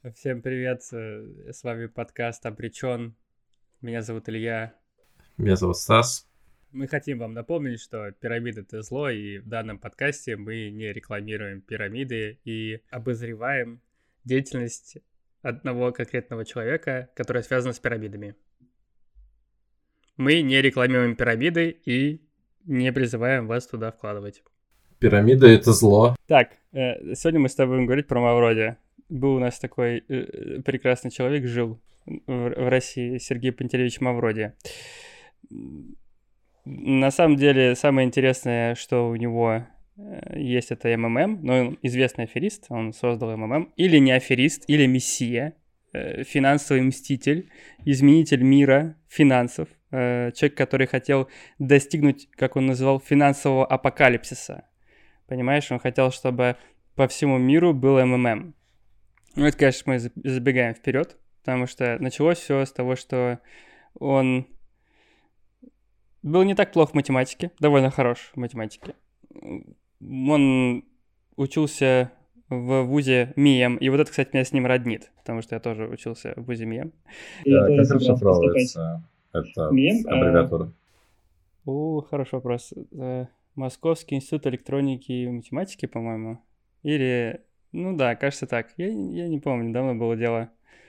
Всем привет, с вами подкаст «Обречен». Меня зовут Илья. Меня зовут Стас. Мы хотим вам напомнить, что пирамиды — это зло, и в данном подкасте мы не рекламируем пирамиды и обозреваем деятельность одного конкретного человека, которая связана с пирамидами. Мы не рекламируем пирамиды и не призываем вас туда вкладывать. Пирамида — это зло. Так, сегодня мы с тобой будем говорить про Мавроди. Был у нас такой прекрасный человек, жил в России, Сергей Пантелеевич Мавроди. На самом деле, самое интересное, что у него есть, это МММ, но он известный аферист, он создал МММ, или не аферист, или мессия, финансовый мститель, изменитель мира, финансов, человек, который хотел достигнуть, как он называл, финансового апокалипсиса. Понимаешь, он хотел, чтобы по всему миру был МММ. Ну, это, конечно, мы забегаем вперед, потому что началось все с того, что он был не так плох в математике, довольно хорош в математике. Он учился в вузе МИЭМ, и вот это, кстати, меня с ним роднит, потому что я тоже учился в вузе МИЭМ. Как расшифровывается эта аббревиатура? Хороший вопрос. Московский институт электроники и математики, по-моему. Или... Ну да, кажется так. Я не помню, давно было дело.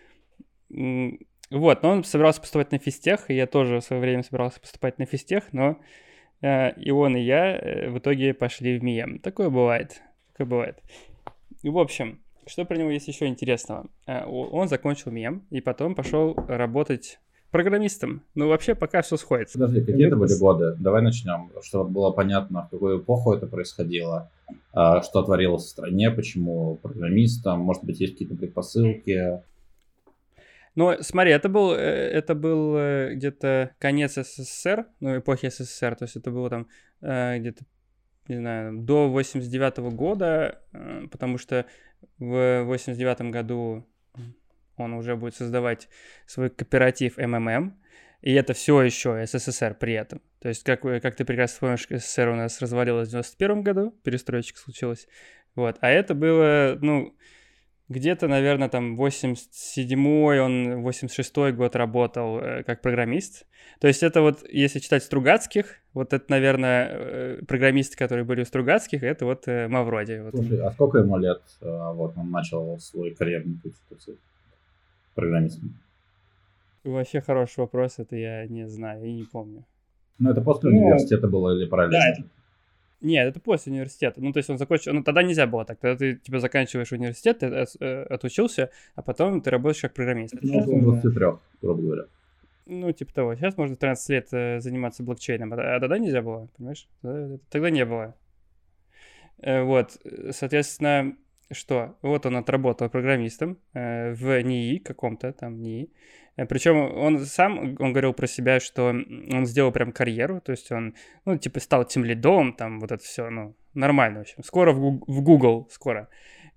Вот, но он собирался поступать на физтех, и я тоже в свое время собирался поступать на физтех, но и он, и я в итоге пошли в МИЭМ. Такое бывает. И, в общем, что про него есть еще интересного? Он закончил МИЭМ, и потом пошел работать программистом. Ну, вообще, пока все сходится. Подожди, какие это были годы? Давай начнем, чтобы было понятно, в какую эпоху это происходило, что творилось в стране, почему программистам, может быть, есть какие-то предпосылки. Ну, смотри, это был где-то конец СССР, ну, эпохи СССР, то есть это было там где-то, не знаю, до 89-го года, потому что в 89-м году он уже будет создавать свой кооператив МММ, и это все еще СССР при этом. То есть, как ты прекрасно помнишь, СССР у нас развалилась в 91 году, перестройка случилась, вот, а это было, ну, где-то, наверное, там 87-й, он 86-й год работал как программист. То есть это вот, если читать Стругацких, вот это, наверное, программисты, которые были у Стругацких, это вот Мавроди. Вот. Слушай, а сколько ему лет? Вот он начал свой карьерный путь программистом. Вообще хороший вопрос, это я не знаю, я не помню. Ну, это после университета было или параллельно? Да, нет, это после университета. Ну, то есть он закончил... Ну, тогда нельзя было так. Тогда ты, типа, заканчиваешь университет, ты отучился, а потом ты работаешь как программист. Ну, около 23, грубо говоря. Ну, типа того. Сейчас можно 13 лет заниматься блокчейном, а тогда нельзя было, понимаешь? Тогда не было. Вот, соответственно, что? Вот он отработал программистом в НИИ каком-то, там, НИИ. Причем он говорил про себя, что он сделал прям карьеру, то есть он, ну, типа, стал тимлидом, там, вот это все, ну, нормально, в общем. Скоро в Google, скоро.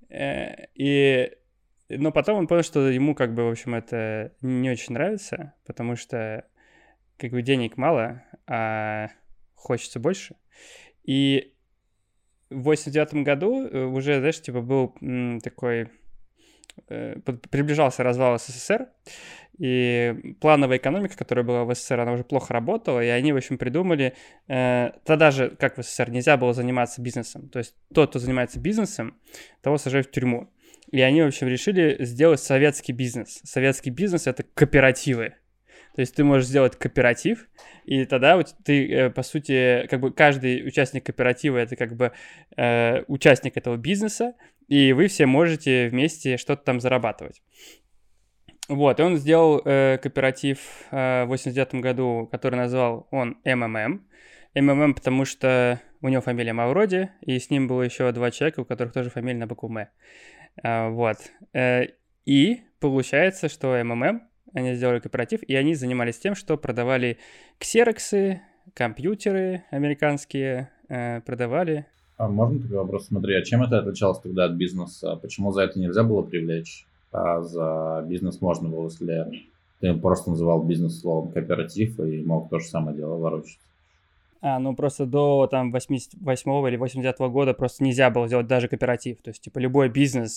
Но потом он понял, что ему, как бы, в общем, это не очень нравится, потому что, как бы, денег мало, а хочется больше. И в 89 году уже, знаешь, типа, был такой... Приближался развал СССР, и плановая экономика, которая была в СССР, она уже плохо работала, и они, в общем, придумали... Тогда же, как в СССР, нельзя было заниматься бизнесом. То есть тот, кто занимается бизнесом, того сажают в тюрьму. И они, в общем, решили сделать советский бизнес. Советский бизнес — это кооперативы. То есть ты можешь сделать кооператив, и тогда вот ты, по сути, как бы каждый участник кооператива — это как бы участник этого бизнеса, и вы все можете вместе что-то там зарабатывать. Вот, и он сделал кооператив в 89 году, который назвал он МММ. МММ, потому что у него фамилия Мавроди, и с ним было еще 2 человека, у которых тоже фамилия на букву М. Вот. И получается, что МММ, они сделали кооператив, и они занимались тем, что продавали ксероксы, компьютеры американские, продавали. А можно такой вопрос? Смотри, а чем это отличалось тогда от бизнеса? Почему за это нельзя было привлечь, а за бизнес можно было, если ты просто называл бизнес словом кооператив и мог то же самое дело ворочать? Ну просто до там 88 или 89 года просто нельзя было сделать даже кооператив. То есть, типа, любой бизнес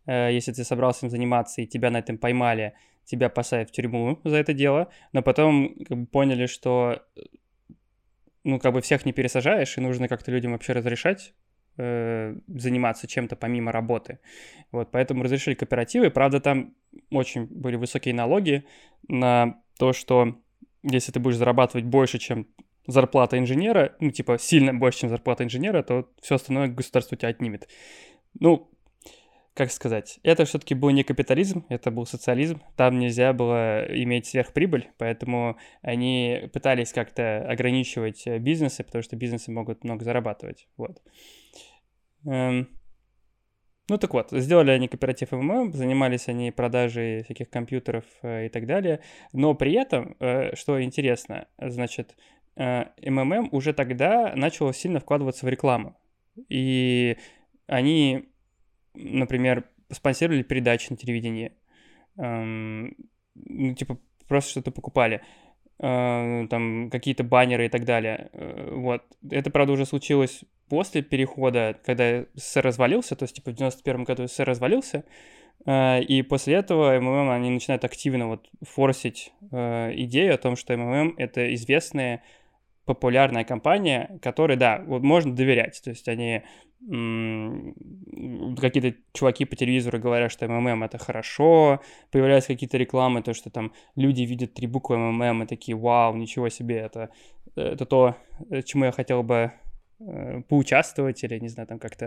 если ты собрался им заниматься и тебя на этом поймали, тебя посадят в тюрьму за это дело, но потом как бы поняли, что ну, как бы всех не пересажаешь, и нужно как-то людям вообще разрешать заниматься чем-то помимо работы. Вот, поэтому разрешили кооперативы. Правда, там очень были высокие налоги на то, что если ты будешь зарабатывать больше, чем зарплата инженера, ну, типа, сильно больше, чем зарплата инженера, то все остальное государство у тебя отнимет. Ну, как сказать, это все-таки был не капитализм, это был социализм. Там нельзя было иметь сверхприбыль, поэтому они пытались как-то ограничивать бизнесы, потому что бизнесы могут много зарабатывать. Вот. Ну так вот, сделали они кооператив МММ, занимались они продажей всяких компьютеров и так далее, но при этом, что интересно, значит, МММ уже тогда начало сильно вкладываться в рекламу. И они, например, спонсировали передачи на телевидении, ну, типа, просто что-то покупали, там какие-то баннеры и так далее. Вот. Это, правда, уже случилось после перехода, когда СССР развалился, то есть, типа, в 91 году СССР развалился, и после этого МММ, они начинают активно вот форсить идею о том, что МММ — это известная популярная компания, которой, да, вот можно доверять. То есть они какие-то чуваки по телевизору говорят, что МММ это хорошо, появляются какие-то рекламы, то, что там люди видят 3 буквы МММ и такие, вау, ничего себе, это то, чему я хотел бы поучаствовать или, не знаю, там как-то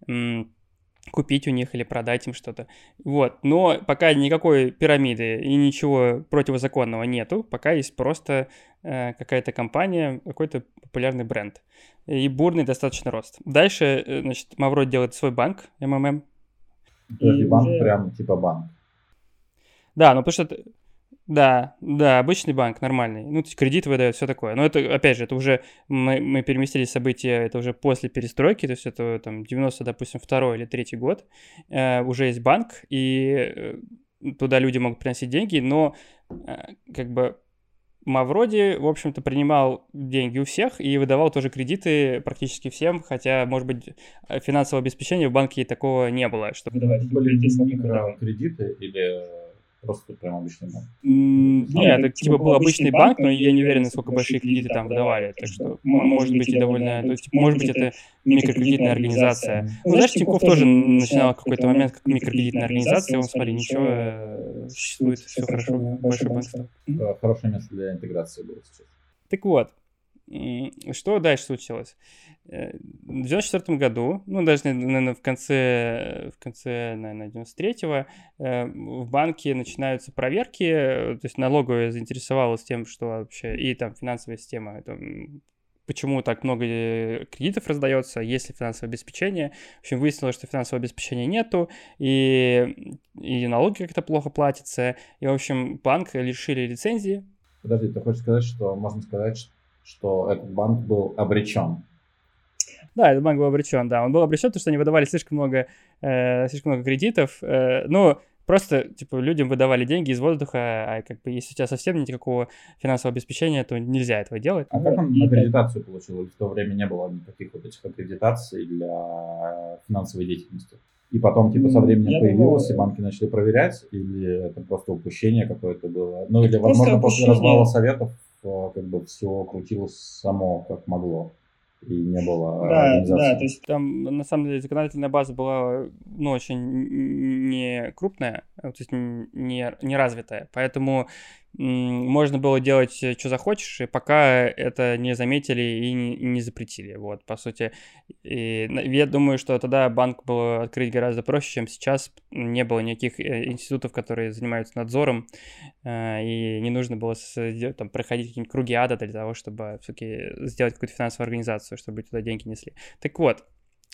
купить у них или продать им что-то. Вот. Но пока никакой пирамиды и ничего противозаконного нету, пока есть просто какая-то компания, какой-то популярный бренд. И бурный достаточно рост. Дальше, значит, Мавро делает свой банк, МММ. То есть банк уже... прям типа банк. Да, ну потому что... Да, обычный банк, нормальный. Ну, то есть кредит выдает, все такое. Но это, опять же, это уже мы переместили события, это уже после перестройки, то есть это там 90, допустим, 2-й или 3-й год. Уже есть банк, и туда люди могут приносить деньги, но как бы Мавроди, в общем-то, принимал деньги у всех и выдавал тоже кредиты практически всем, хотя, может быть, финансового обеспечения в банке такого не было. Чтобы выдавать микрокредиты или... Просто прям обычный банк? Нет, это типа был обычный банк, но я не уверен, насколько большие кредиты там выдавали. Так что, может быть, и довольно... То есть, может быть, это микрокредитная организация. Ну, знаешь, Тинькофф тоже начинал в какой-то момент как микрокредитная организация. Он, смотри, ничего, существует, все хорошо, большой банк стал. Хорошее место для интеграции было сейчас. Так вот, что дальше случилось? В 94 году, ну, даже, наверное, в конце наверное, 93-го, в банке начинаются проверки, то есть налоговая заинтересовалась тем, что вообще, и там финансовая система, почему так много кредитов раздается, есть ли финансовое обеспечение. В общем, выяснилось, что финансового обеспечения нету, и налоги как-то плохо платятся, и, в общем, банк лишили лицензии. Подожди, ты хочешь сказать, что можно сказать, что этот банк был обречен? Да, этот банк был обречен, да. Он был обречен, потому что они выдавали слишком много кредитов. Ну, просто, типа, людям выдавали деньги из воздуха, а как бы если у тебя совсем нет никакого финансового обеспечения, то нельзя этого делать. А как он аккредитацию получил? В то время не было никаких вот этих аккредитаций для финансовой деятельности. И потом, типа, со временем появилось, и банки начали проверять, или это просто упущение какое-то было? Ну, или, возможно, после развала советов как бы все крутилось само, как могло. И не было организации. Да, то есть там, на самом деле, законодательная база была, ну, очень не крупная, то есть не развитая, поэтому можно было делать, что захочешь, и пока это не заметили и не запретили, вот, по сути. И я думаю, что тогда банк был открыть гораздо проще, чем сейчас. Не было никаких институтов, которые занимаются надзором, и не нужно было там, проходить какие-нибудь круги ада для того, чтобы все-таки сделать какую-то финансовую организацию, чтобы туда деньги несли. Так вот,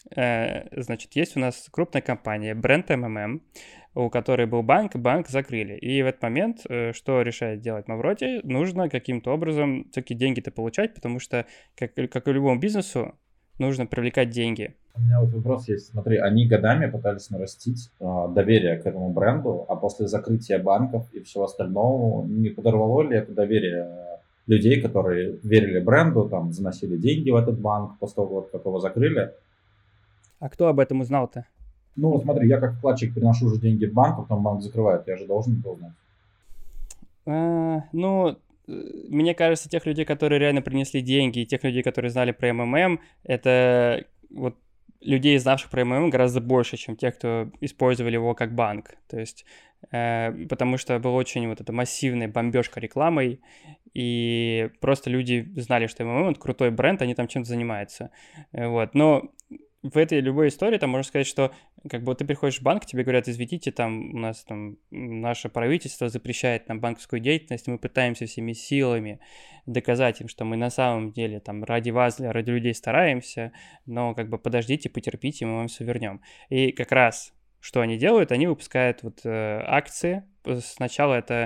значит, есть у нас крупная компания, бренд МММ, у которой был банк закрыли. И в этот момент, что решает делать Мавроди, нужно каким-то образом все-таки деньги-то получать, потому что, как и любому бизнесу, нужно привлекать деньги. У меня вот вопрос есть. Смотри, они годами пытались нарастить доверие к этому бренду, а после закрытия банков и всего остального не подорвало ли это доверие людей, которые верили бренду, там, заносили деньги в этот банк после того, как его закрыли? А кто об этом узнал-то? Ну, смотри, я как вкладчик приношу уже деньги в банк, а потом банк закрывает, я же должен это узнать. Ну, мне кажется, тех людей, которые реально принесли деньги, и тех людей, которые знали про МММ, это вот людей, знавших про МММ, гораздо больше, чем тех, кто использовали его как банк. То есть, потому что была очень вот эта массивная бомбежка рекламой, и просто люди знали, что МММ — это крутой бренд, они там чем-то занимаются. Вот. Но в этой любой истории там можно сказать, что как бы ты приходишь в банк, тебе говорят: извините, там у нас там наше правительство запрещает нам банковскую деятельность, мы пытаемся всеми силами доказать им, что мы на самом деле там ради вас, ради людей стараемся, но как бы подождите, потерпите, мы вам все вернем. И как раз что они делают, они выпускают вот акции. Сначала это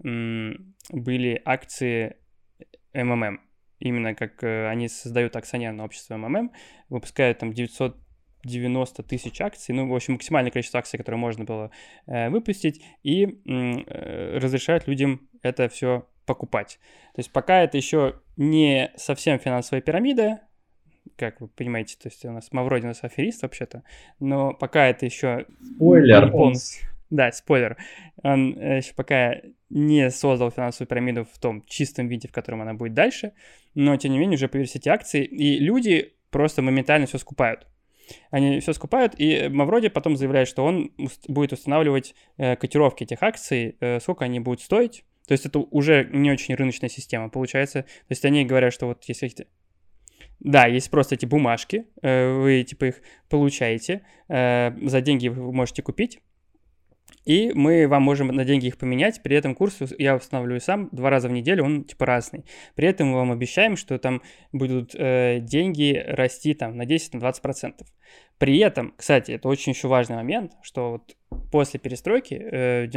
были акции МММ. Именно как они создают акционерное общество МММ, выпускают там 990 тысяч акций, ну, в общем, максимальное количество акций, которое можно было выпустить, и разрешают людям это все покупать. То есть пока это еще не совсем финансовая пирамида, как вы понимаете, то есть у нас Мавроди, у нас аферист вообще-то, но пока это еще... Спойлер! Да, спойлер. Он еще пока не создал финансовую пирамиду в том чистом виде, в котором она будет дальше, но, тем не менее, уже появились эти акции, и люди просто моментально все скупают. Они все скупают, и Мавроди потом заявляет, что он будет устанавливать котировки этих акций, сколько они будут стоить. То есть это уже не очень рыночная система, получается. То есть они говорят, что вот если... Да, есть просто эти бумажки, вы типа их получаете, за деньги вы можете купить, и мы вам можем на деньги их поменять. При этом курс я устанавливаю сам 2 раза в неделю, он типа разный. При этом мы вам обещаем, что там будут деньги расти там на 10-20%. При этом, кстати, это очень еще важный момент, что вот после перестройки в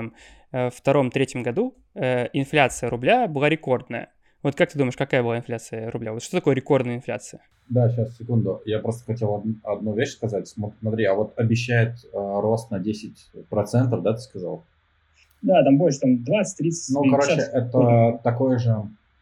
92-93 году инфляция рубля была рекордная. Вот как ты думаешь, какая была инфляция рубля? Вот что такое рекордная инфляция? Да, сейчас, секунду. Я просто хотел одну вещь сказать. Смотри, а вот обещает рост на 10%, да, ты сказал? Да, там больше, там 20-30%. Ну, короче, это такое же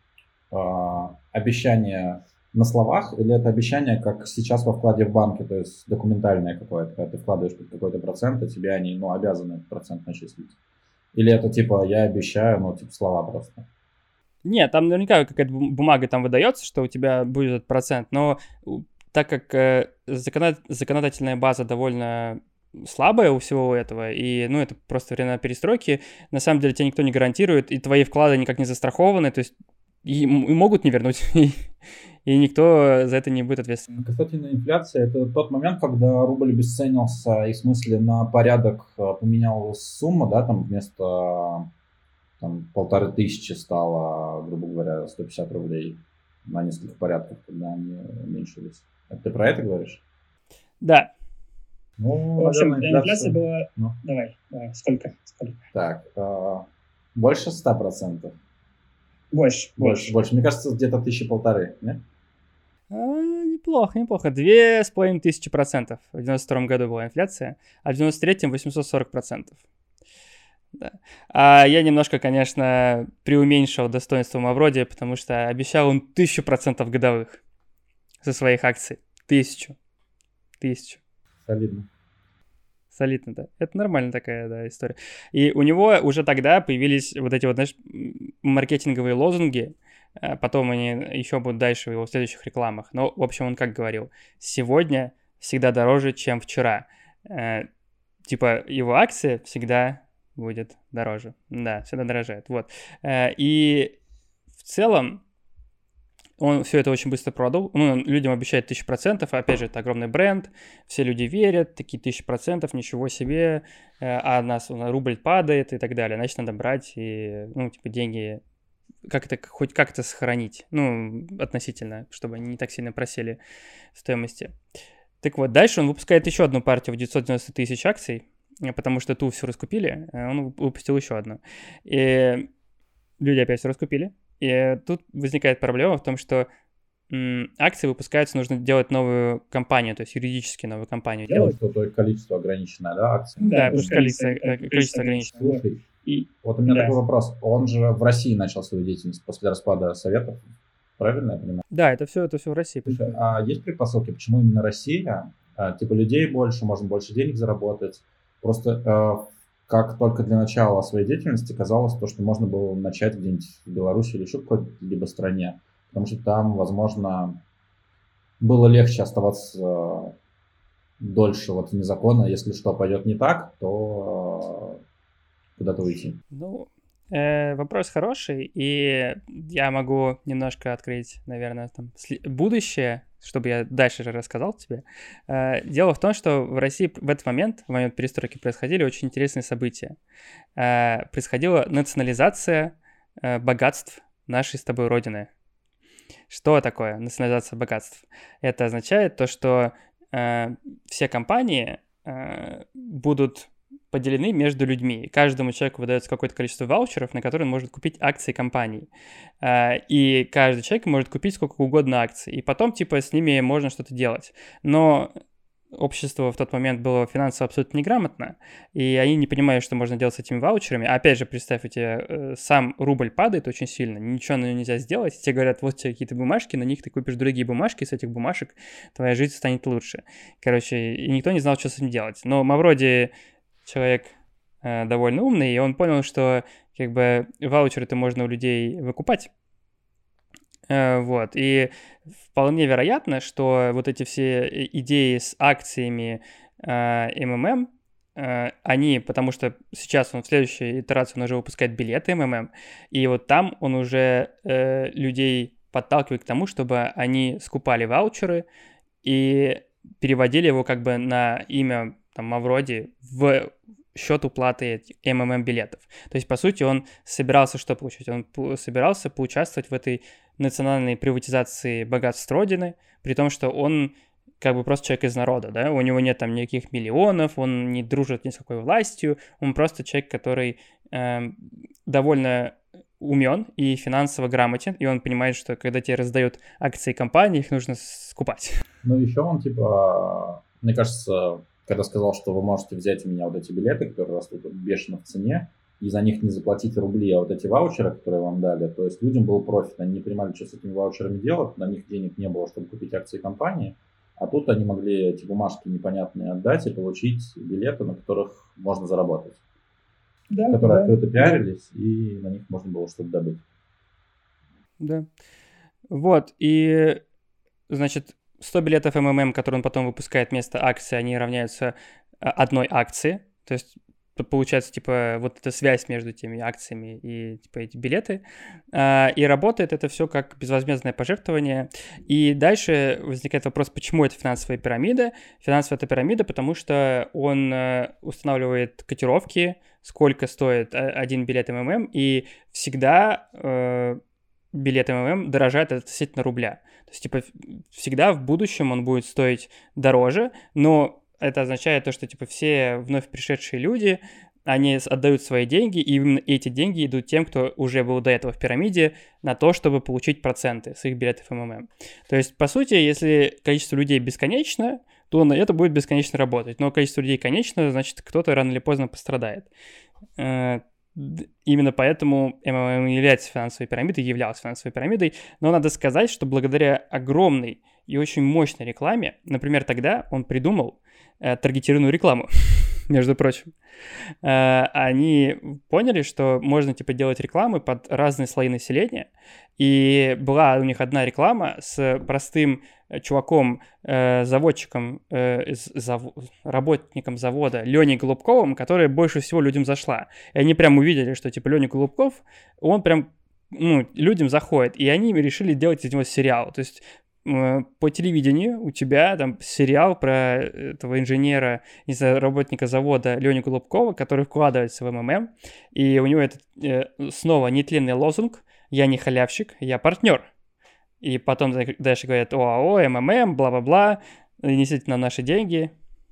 обещание на словах, или это обещание, как сейчас во вкладе в банке, то есть документальное какое-то, когда ты вкладываешь под какой-то процент, а тебе они, обязаны этот процент начислить? Или это типа я обещаю, слова просто? Нет, там наверняка какая-то бумага там выдается, что у тебя будет этот процент, но так как законодательная база довольно слабая у всего этого, и, это просто время перестройки, на самом деле тебе никто не гарантирует, и твои вклады никак не застрахованы, то есть и могут не вернуть, и никто за это не будет ответственен. Касательно инфляции, это тот момент, когда рубль обесценился, и в смысле на порядок поменялась сумма, да, там вместо... Там 1500 стало, грубо говоря, 150 рублей на несколько порядков, когда они уменьшились. Это ты про это говоришь? Да. Ну, в общем, инфляция была... Ну. Давай, сколько? Так, больше 100%. Больше. Мне кажется, где-то 1500, нет? Неплохо. 2500%. В 92 году была инфляция, а в 93-м 840%. Да. А я немножко, конечно, преуменьшил достоинство Мавроди, потому что обещал он 1000% годовых со своих акций. 1000. Солидно, да. Это нормальная такая, да, история. И у него уже тогда появились вот эти вот, знаешь, маркетинговые лозунги. Потом они еще будут дальше в его следующих рекламах. Но, в общем, он как говорил: сегодня всегда дороже, чем вчера. Типа его акция всегда будет дороже. Да, всегда дорожает. Вот. И в целом он все это очень быстро продал. Он людям обещает 1000%. Опять же, это огромный бренд. Все люди верят. Такие 1000%, ничего себе. А рубль падает и так далее. Значит, надо брать и, деньги хоть как-то сохранить. Относительно, чтобы они не так сильно просели в стоимости. Так вот, дальше он выпускает еще одну партию в 990 тысяч акций, потому что ту все раскупили, он выпустил еще одну. И люди опять все раскупили. И тут возникает проблема в том, что акции выпускаются, нужно делать новую компанию, то есть юридически новую компанию делать. Только количество ограниченное, да, акций? Да, потому что количество ограниченное. Слушай, вот у меня такой вопрос. Он же в России начал свою деятельность после распада Советов, правильно я понимаю? Да, это все в России. Слушай, а есть предпосылки, почему именно Россия? типа людей больше, можно больше денег заработать. Просто как только для начала своей деятельности казалось то, что можно было начать где-нибудь в Беларуси или еще какой-либо стране, потому что там, возможно, было легче оставаться дольше вот вне закона. Если что пойдет не так, то куда-то уйти. Ну, вопрос хороший, и я могу немножко открыть, наверное, там будущее, чтобы я дальше же рассказал тебе. Дело в том, что в России в этот момент, в момент перестройки, происходили очень интересные события. Происходила национализация богатств нашей с тобой Родины. Что такое национализация богатств? Это означает то, что все компании будут поделены между людьми. Каждому человеку выдается какое-то количество ваучеров, на которые он может купить акции компаний. И каждый человек может купить сколько угодно акций. И потом, типа, с ними можно что-то делать. Но общество в тот момент было финансово абсолютно неграмотно, и они не понимают, что можно делать с этими ваучерами. Опять же, представь, у тебя сам рубль падает очень сильно, ничего на него нельзя сделать, тебе говорят, вот у тебя какие-то бумажки, на них ты купишь другие бумажки, с этих бумажек твоя жизнь станет лучше. Короче, и никто не знал, что с этим делать. Но Мавроди человек довольно умный, и он понял, что как бы ваучеры-то можно у людей выкупать. Вот, и вполне вероятно, что вот эти все идеи с акциями МММ, они, потому что сейчас он в следующей итерации он уже выпускает билеты МММ, и вот там он уже людей подталкивает к тому, чтобы они скупали ваучеры и переводили его как бы на имя там Мавроди в счет уплаты МММ билетов. То есть, по сути, он собирался что получить? Он собирался поучаствовать в этой национальной приватизации богатств Родины, при том, что он как бы просто человек из народа, да, у него нет там никаких миллионов, он не дружит ни с какой властью, он просто человек, который довольно умен и финансово грамотен, и он понимает, что когда тебе раздают акции компании, их нужно скупать. Ну, еще он, типа, мне кажется, когда сказал, что вы можете взять у меня вот эти билеты, которые растут бешено в цене, и за них не заплатить рубли, а вот эти ваучеры, которые вам дали, то есть людям был профит, они не понимали, что с этими ваучерами делать, на них денег не было, чтобы купить акции компании, а тут они могли эти бумажки непонятные отдать и получить билеты, на которых можно заработать, да, которые открыто пиарились, и на них можно было что-то добыть. Да. Вот, и, значит, 100 билетов МММ, которые он потом выпускает вместо акции, они равняются одной акции, то есть получается, типа, вот эта связь между теми акциями и, типа, эти билеты. И работает это все как безвозмездное пожертвование. И дальше возникает вопрос, почему это финансовая пирамида? Финансовая это пирамида, потому что он устанавливает котировки, сколько стоит один билет МММ, и всегда билет МММ дорожает относительно рубля. То есть, типа, всегда в будущем он будет стоить дороже, но это означает то, что, типа, все вновь пришедшие люди, они отдают свои деньги, и именно эти деньги идут тем, кто уже был до этого в пирамиде, на то, чтобы получить проценты с их билетов МММ. То есть, по сути, если количество людей бесконечно, то это будет бесконечно работать. Но количество людей конечно, значит, кто-то рано или поздно пострадает. Именно поэтому МММ является финансовой пирамидой, являлась финансовой пирамидой. Но надо сказать, что благодаря огромной и очень мощной рекламе, например, тогда он придумал таргетированную рекламу, между прочим. Они поняли, что можно, типа, делать рекламы под разные слои населения, и была у них одна реклама с простым чуваком, заводчиком, работником завода Леней Голубковым, которая больше всего людям зашла. И они прям увидели, что, типа, Леня Голубков, он прям, людям заходит, и они решили делать из него сериал. То есть по телевидению у тебя там сериал про этого инженера, не знаю, работника завода Леню Голубкова, который вкладывается в МММ, и у него этот снова нетленный лозунг «Я не халявщик, я партнер». И потом дальше говорят ОАО, МММ, бла-бла-бла, несите нам наши деньги.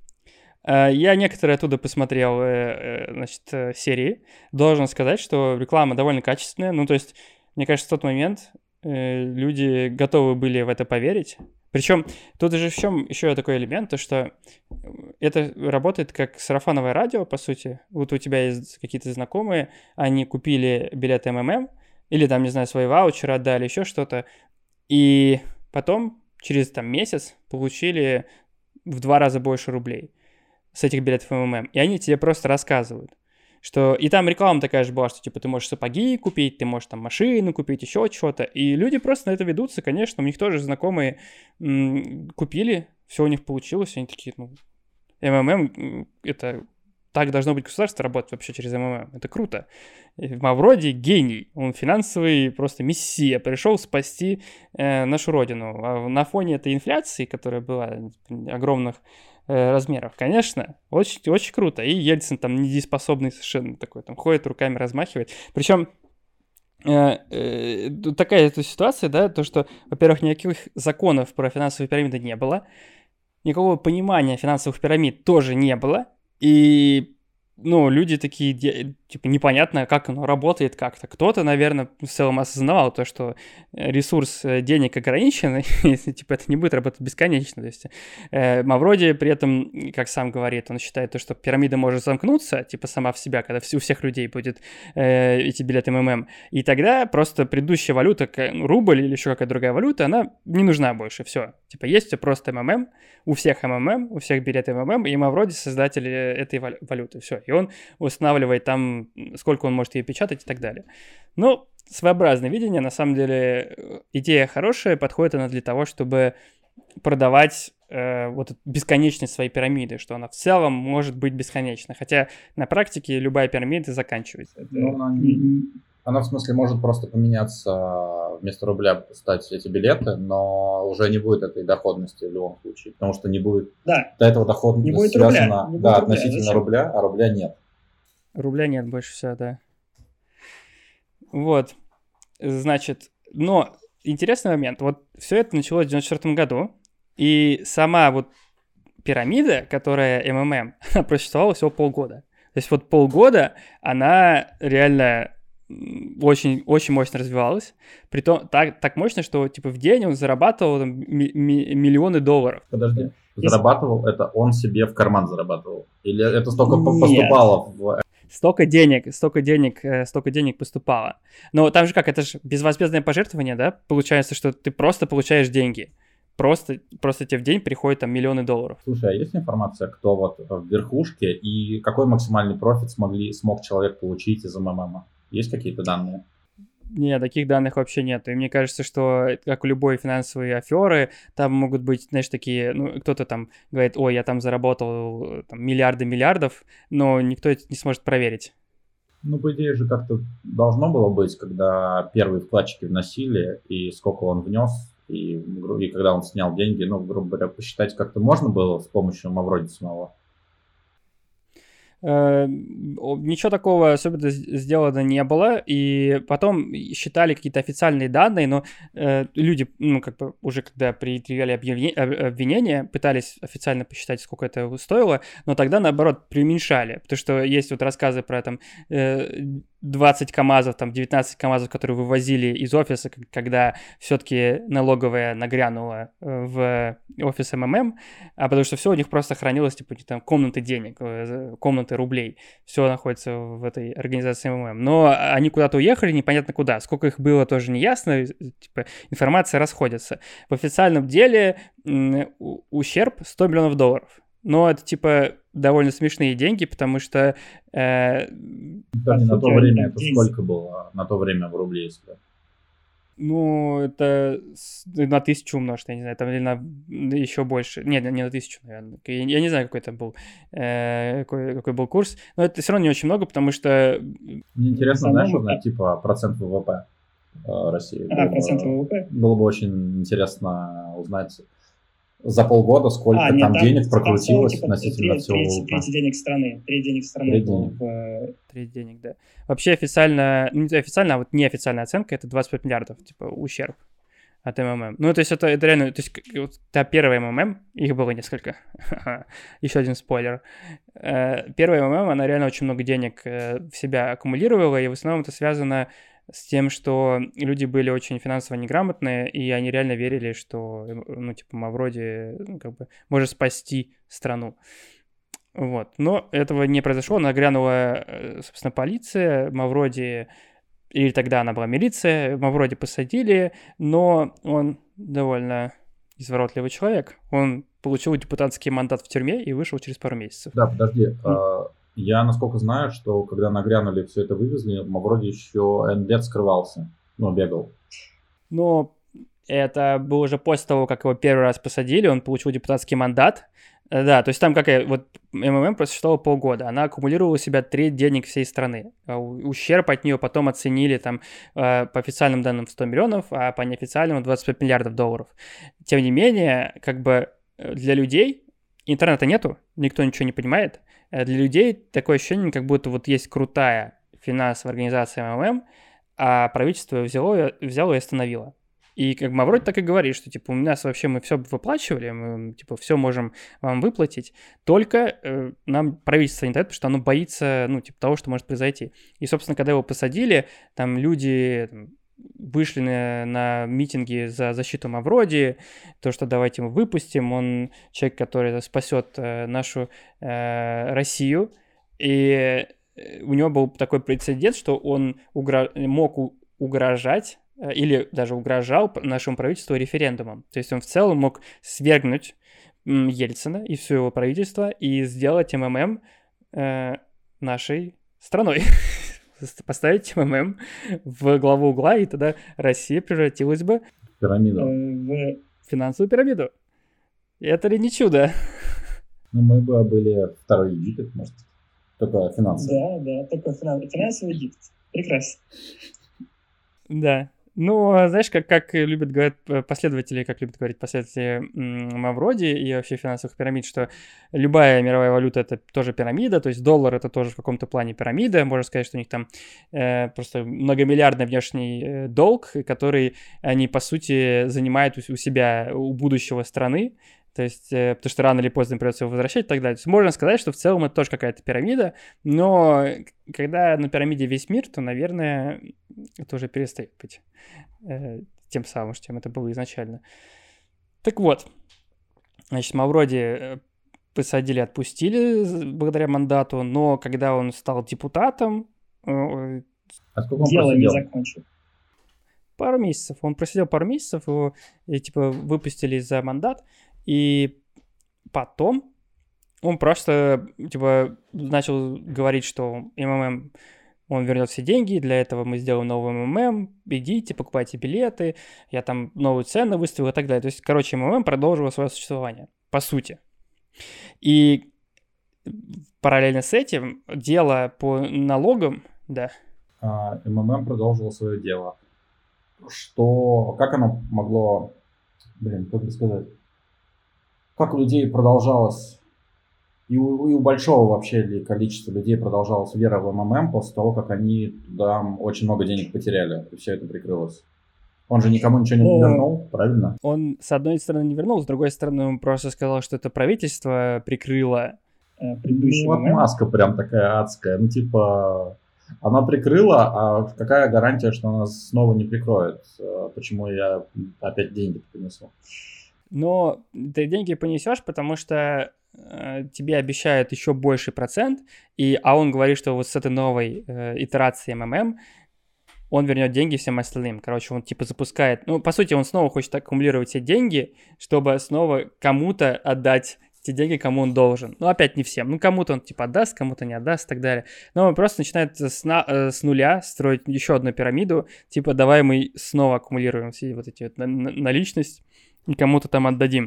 Я некоторые оттуда посмотрел, значит, серии. Должен сказать, что реклама довольно качественная. Ну, то есть, мне кажется, в тот момент люди готовы были в это поверить. Причем тут же в чем еще такой элемент, то что это работает как сарафановое радио, по сути. Вот у тебя есть какие-то знакомые, они купили билет МММ, или там, не знаю, свои ваучеры отдали, еще что-то, и потом через там месяц получили в 2 раза больше рублей с этих билетов МММ. И они тебе просто рассказывают, что... И там реклама такая же была, что, типа, ты можешь сапоги купить, ты можешь там машину купить, еще что-то. И люди просто на это ведутся, конечно. У них тоже знакомые купили, все у них получилось. Они такие, ну, МММ, это... Так должно быть государство работать вообще через МММ. Это круто. Мавроди гений. Он финансовый просто мессия. Пришел спасти нашу родину. А на фоне этой инфляции, которая была огромных размеров, конечно, очень, очень круто. И Ельцин там недееспособный совершенно такой. Там ходит, руками размахивает. Причем такая эта ситуация, да, то, что, во-первых, никаких законов про финансовые пирамиды не было. Никакого понимания финансовых пирамид тоже не было. И, ну, люди такие, типа, непонятно, как оно работает как-то. Кто-то, наверное, в целом осознавал то, что ресурс денег ограничен, и, типа, это не будет работать бесконечно. То есть Мавроди при этом, как сам говорит, он считает то, что пирамида может замкнуться, типа, сама в себя, когда у всех людей будет эти билеты МММ. И тогда просто предыдущая валюта, рубль или еще какая-то другая валюта, она не нужна больше, все. Типа, есть просто МММ, у всех МММ, у всех билеты МММ, и Мавроди создатель этой валюты, все. И он устанавливает там, сколько он может ее печатать и так далее. Ну, своеобразное видение, на самом деле, идея хорошая, подходит она для того, чтобы продавать вот эту бесконечность своей пирамиды, что она в целом может быть бесконечна, хотя на практике любая пирамида заканчивается. Она, в смысле, может просто поменяться, вместо рубля стать эти билеты, но уже не будет этой доходности в любом случае, потому что не будет... Да. До этого доходность не будет связана рубля, да, относительно рубля, а рубля нет. Рубля нет больше всего, да. Вот. Значит, но интересный момент. Вот все это началось в 1994 году, и сама вот пирамида, которая МММ, она просуществовала всего полгода. То есть вот полгода она реально очень, очень мощно развивалась. Притом так мощно, что типа в день он зарабатывал там, миллионы долларов. Подожди, зарабатывал это он себе в карман зарабатывал? Или это столько поступало в... Столько денег поступало. Но там же как, это же безвозмездное пожертвование, да? Получается, что ты просто получаешь деньги. Просто тебе в день приходит там миллионы долларов. Слушай, а есть информация, кто вот в верхушке и какой максимальный профит смог человек получить из МММ? Есть какие-то данные? Нет, таких данных вообще нет. И мне кажется, что, как у любой финансовой аферы, там могут быть, знаешь, такие, ну, кто-то там говорит, ой, я там заработал там, миллиарды миллиардов, но никто это не сможет проверить. Ну, по идее же как-то должно было быть, когда первые вкладчики вносили, и сколько он внес, и когда он снял деньги, ну, грубо говоря, посчитать как-то можно было с помощью Мавроди самого? Ничего такого особенно сделано не было, и потом считали какие-то официальные данные, но люди, ну, как бы уже когда предъявляли обвинения, пытались официально посчитать, сколько это стоило, но тогда, наоборот, преуменьшали, потому что есть вот рассказы про там 20 КАМАЗов, там 19 КАМАЗов, которые вывозили из офиса, когда все-таки налоговая нагрянула в офис МММ, а потому что все у них просто хранилось, типа, там, комнаты денег, комнаты рублей, все находится в этой организации МММ. Но они куда-то уехали, непонятно куда, сколько их было, тоже не ясно, типа, информация расходится. В официальном деле ущерб $100 миллионов. Но это, типа, довольно смешные деньги, потому что... на то время это сколько было? На то время в рубле, если... Ну, это на 1000 умножить, я не знаю, там или на еще больше. Нет, не на 1000, наверное. Я не знаю, какой там был, какой был курс, но это все равно не очень много, потому что... Мне интересно, знаешь, узнать, типа, процент ВВП России. Процент ВВП? Было бы очень интересно узнать за полгода, сколько там денег прокрутилось типа, относительно всего ВВП. Треть денег страны. Треть денег, да. Вообще официально, ну не официально, а вот неофициальная оценка, это 25 миллиардов, типа, ущерб от МММ. Ну, то есть это реально, то есть вот, та первая МММ, их было несколько, еще один спойлер. Первая МММ, она реально очень много денег в себя аккумулировала, и в основном это связано с тем, что люди были очень финансово неграмотные, и они реально верили, что, ну, типа, Мавроди, ну, как бы, может спасти страну. Вот. Но этого не произошло. Нагрянула, собственно, полиция, Мавроди, или тогда она была милиция, Мавроди посадили, но он довольно изворотливый человек. Он получил депутатский мандат в тюрьме и вышел через пару месяцев. Да, подожди. Я, насколько знаю, что когда нагрянули, все это вывезли, вроде еще лет скрывался, бегал. Но это было уже после того, как его первый раз посадили, он получил депутатский мандат. Да, то есть там вот МММ просуществовала полгода, она аккумулировала в себя треть денег всей страны. Ущерб от нее потом оценили там по официальным данным в 100 миллионов, а по неофициальным 25 миллиардов долларов. Тем не менее, как бы для людей интернета нету, никто ничего не понимает. Для людей такое ощущение, как будто вот есть крутая финансовая организация МММ, а правительство взяло и остановило. И как бы вроде так и говорит, что типа у нас вообще мы все выплачивали, мы типа все можем вам выплатить, только нам правительство не дает, потому что оно боится, того, что может произойти. И, собственно, когда его посадили, там люди вышли на митинги за защиту Мавроди, то, что давайте мы выпустим, он человек, который спасет нашу Россию, и у него был такой прецедент, что он мог угрожать или даже угрожал нашему правительству референдумом. То есть он в целом мог свергнуть Ельцина и все его правительство и сделать МММ нашей страной. Поставить МММ в главу угла, и тогда Россия превратилась бы в финансовую пирамиду. И это ли не чудо? Мы бы были второй Египет, может, только финансовый. Да, только финансовый Египет. Прекрасно. Да. Знаешь, как любят говорить последователи Мавроди и вообще финансовых пирамид, что любая мировая валюта — это тоже пирамида, то есть доллар — это тоже в каком-то плане пирамида. Можно сказать, что у них там просто многомиллиардный внешний долг, который они, по сути, занимают у себя, у будущего страны. То есть, потому что рано или поздно придется его возвращать и так далее. То есть можно сказать, что в целом это тоже какая-то пирамида, но когда на пирамиде весь мир, то, наверное, это уже перестает быть тем самым, чем это было изначально. Так вот, значит, Мавроди посадили, отпустили благодаря мандату, но когда он стал депутатом... Дело не закончил. Пару месяцев. Он просидел пару месяцев, его выпустили за мандат. И потом он просто, начал говорить, что МММ, он вернет все деньги, для этого мы сделаем новый МММ, идите, покупайте билеты, я там новую цену выставил и так далее. То есть, МММ продолжил свое существование, по сути. И параллельно с этим дело по налогам, да. МММ продолжило свое дело. Как оно могло, как бы сказать... Как у людей продолжалось, и у большого вообще количества людей продолжалась вера в МММ после того, как они туда очень много денег потеряли, и все это прикрылось. Он же никому ничего не вернул, правильно? Он, с одной стороны, не вернул, с другой стороны, он просто сказал, что это правительство прикрыло предыдущий МММ. Отмазка прям такая адская. Она прикрыла, а какая гарантия, что она снова не прикроет? Почему я опять деньги принесу? Но ты деньги понесешь, потому что тебе обещают еще больший процент, а он говорит, что вот с этой новой итерацией МММ он вернет деньги всем остальным. Короче, он запускает... по сути, он снова хочет аккумулировать все деньги, чтобы снова кому-то отдать те деньги, кому он должен. Опять не всем. Кому-то он отдаст, кому-то не отдаст и так далее. Но он просто начинает с нуля строить еще одну пирамиду. Давай мы снова аккумулируем все вот эти наличность и кому-то там отдадим.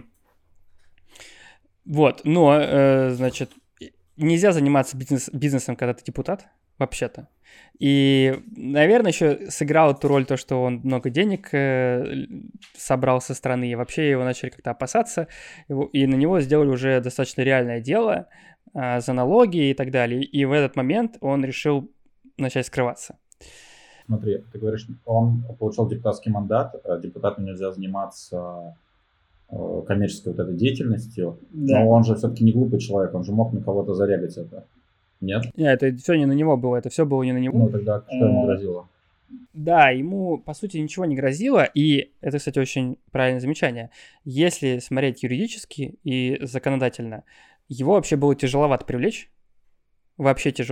Вот, значит, нельзя заниматься бизнесом, когда ты депутат, вообще-то. И, наверное, еще сыграл эту роль то, что он много денег собрал со страны, и вообще его начали как-то опасаться, и на него сделали уже достаточно реальное дело за налоги и так далее. И в этот момент он решил начать скрываться. Смотри, ты говоришь, он получил депутатский мандат, депутату нельзя заниматься коммерческой вот этой деятельностью, да. Но он же все-таки не глупый человек, он же мог на кого-то зарегать это. Нет? Нет, это все не на него было, это все было не на него. Тогда что ему грозило? Да, ему, по сути, ничего не грозило, и это, кстати, очень правильное замечание. Если смотреть юридически и законодательно, его вообще было тяжеловато привлечь, вообще тяжело.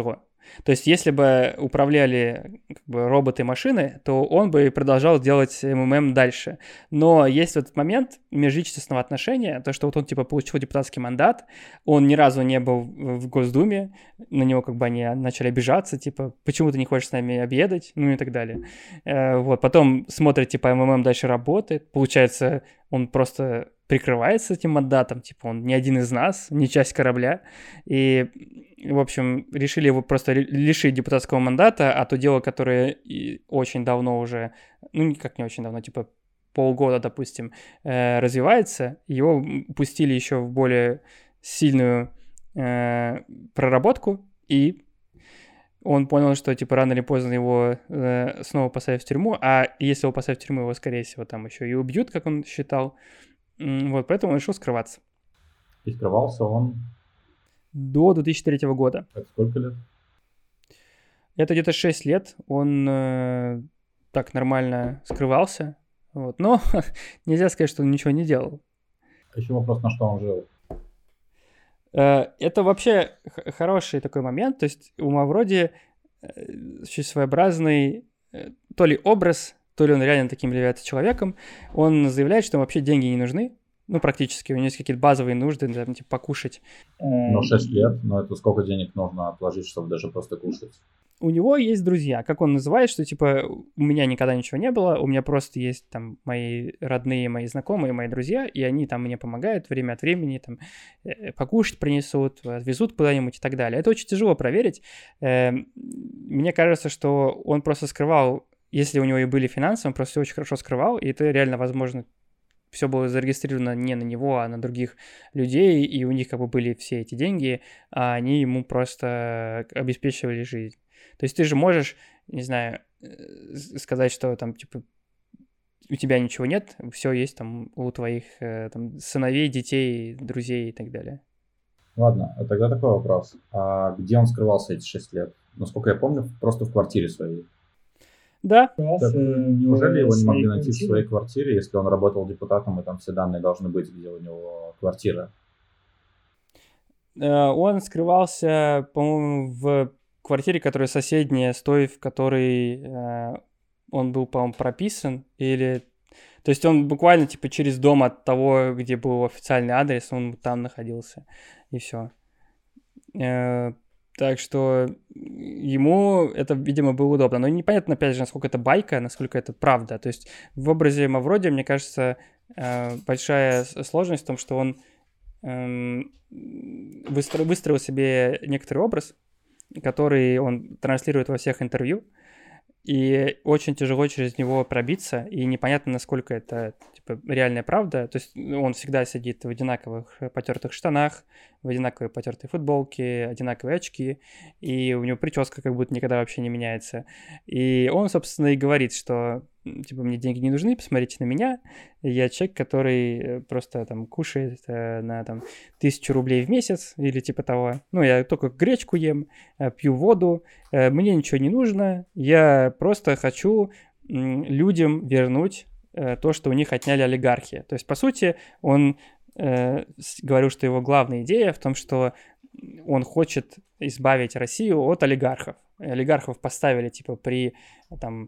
То есть, если бы управляли как бы роботы и машины, то он бы продолжал делать МММ дальше. Но есть в этот момент межличностного отношения, то, что вот он, типа, получил депутатский мандат, он ни разу не был в Госдуме, на него как бы они начали обижаться, типа, почему ты не хочешь с нами обедать, ну и так далее. Вот, потом смотрит, типа, МММ дальше работает, получается, он просто прикрывается этим мандатом, типа, он не один из нас, не часть корабля, и, в общем, решили его просто лишить депутатского мандата, а то дело, которое очень давно уже, ну, никак не очень давно, типа, полгода, допустим, развивается, его пустили еще в более сильную проработку, и он понял, что, типа, рано или поздно его снова посадят в тюрьму, а если его посадят в тюрьму, его, скорее всего, там еще и убьют, как он считал. Вот, поэтому он решил скрываться. И скрывался он? До 2003 года. Это сколько лет? Это где-то 6 лет. Он так нормально скрывался. Вот. Но нельзя сказать, что он ничего не делал. Еще вопрос, на что он жил? Это вообще хороший такой момент. То есть у Мавроди чуть своеобразный то ли образ, то ли он реально таким является человеком. Он заявляет, что ему вообще деньги не нужны. Ну, практически. У него есть какие-то базовые нужды, там, типа, покушать. Ну, 6 лет. Но это сколько денег нужно отложить, чтобы даже просто кушать? У него есть друзья. Как он называет, что, типа, у меня никогда ничего не было, у меня просто есть, там, мои родные, мои знакомые, мои друзья, и они, там, мне помогают время от времени, там, покушать принесут, отвезут куда-нибудь и так далее. Это очень тяжело проверить. Мне кажется, что он просто скрывал, если у него и были финансы, он просто все очень хорошо скрывал, и это реально возможно. Все было зарегистрировано не на него, а на других людей, и у них как бы были все эти деньги, а они ему просто обеспечивали жизнь. То есть ты же можешь, не знаю, сказать, что там, типа, у тебя ничего нет, все есть там у твоих там, сыновей, детей, друзей и так далее. Ладно, тогда такой вопрос. А где он скрывался эти 6 лет? Насколько я помню, просто в квартире своей. Да. Так, неужели его не могли найти в своей квартире, если он работал депутатом, и там все данные должны быть, где у него квартира? Он скрывался, по-моему, в квартире, которая соседняя с той, в которой он был, по-моему, прописан, или... То есть он буквально, типа, через дом от того, где был официальный адрес, он там находился, и все. Так что ему это, видимо, было удобно. Но непонятно, опять же, насколько это байка, насколько это правда. То есть в образе Мавроди, мне кажется, большая сложность в том, что он выстроил себе некоторый образ, который он транслирует во всех интервью, и очень тяжело через него пробиться, и непонятно, насколько это, типа, реальная правда. То есть он всегда сидит в одинаковых потертых штанах, в одинаковой потертой футболке, одинаковые очки, и у него прическа как будто никогда вообще не меняется. И он, собственно, и говорит, что, типа, мне деньги не нужны, посмотрите на меня, я человек, который просто там кушает на там 1000 рублей в месяц или типа того. Ну, я только гречку ем, пью воду, мне ничего не нужно, я просто хочу людям вернуть то, что у них отняли олигархи. То есть, по сути, он говорил, что его главная идея в том, что он хочет избавить Россию от олигархов. Олигархов поставили, типа, при там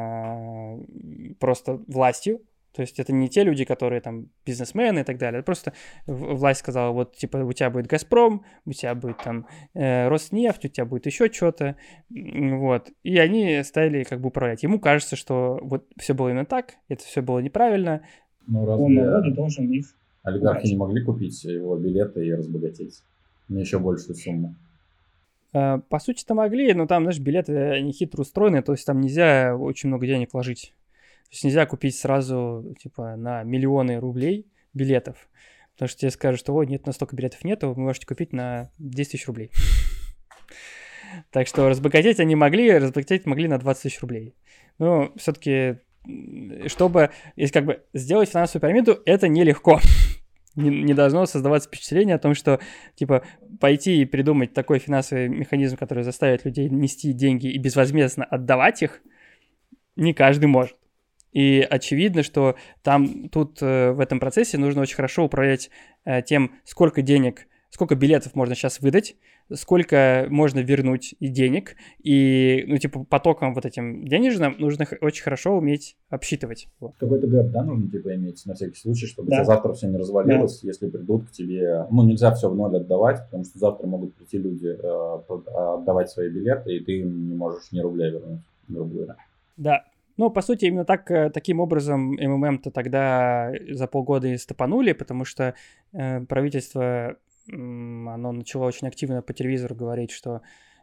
просто властью. То есть это не те люди, которые там бизнесмены и так далее. Просто власть сказала, вот, типа, у тебя будет «Газпром», у тебя будет там «Роснефть», у тебя будет еще что-то. Вот. И они стали как бы управлять. Ему кажется, что вот все было именно так, это все было неправильно. Ну, разве должен их олигархи не могли купить его билеты и разбогатеть на еще большую сумму? По сути-то могли, но там, знаешь, билеты, они хитро устроены, то есть там нельзя очень много денег вложить. То есть нельзя купить сразу, типа, на миллионы рублей билетов, потому что тебе скажут, что, ой, нет, на столько билетов нету, вы можете купить на 10 тысяч рублей. Так что разбогатеть они могли, разбогатеть могли на 20 тысяч рублей. Но все-таки, чтобы, если как бы сделать финансовую пирамиду, это нелегко. Не должно создаваться впечатление о том, что, типа, пойти и придумать такой финансовый механизм, который заставит людей нести деньги и безвозмездно отдавать их, не каждый может. И очевидно, что тут в этом процессе нужно очень хорошо управлять тем, сколько денег, сколько билетов можно сейчас выдать, сколько можно вернуть денег, и, ну, типа, потоком вот этим денежным нужно очень хорошо уметь обсчитывать. Вот. Какой-то гэп, да, нужно, типа, иметь на всякий случай, чтобы тебе завтра все не развалилось, если придут к тебе... Ну, нельзя все в ноль отдавать, потому что завтра могут прийти люди отдавать свои билеты, и ты им не можешь ни рубля вернуть, грубо говоря. Да. Ну, по сути, именно таким образом МММ-то тогда за полгода и стопанули, потому что правительство, оно начало очень активно по телевизору говорить, что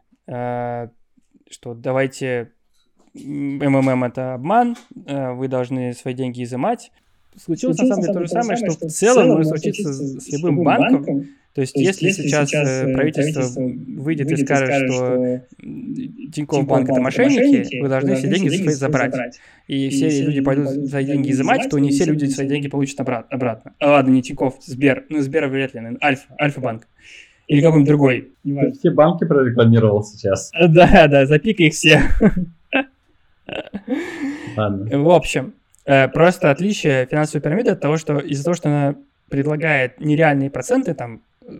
давайте, МММ — это обман, вы должны свои деньги изымать. Случилось на самом деле то же самое, что в целом может случиться с любым банком. То есть, если сейчас правительство выйдет и скажет, что Тинькофф банк — это мошенники, вы должны все деньги свои забрать. И все люди пойдут свои деньги изымать, то не все люди свои деньги получат обратно. Ладно, не Тинькофф, Сбер. Ну, Сбер вряд ли, наверное, Альфа-банк. Или какой-нибудь другой. Все банки прорекламировал сейчас. Да, запикай их все. Ладно. В общем, просто отличие финансовой пирамиды от того, что из-за того, что она предлагает нереальные проценты, там,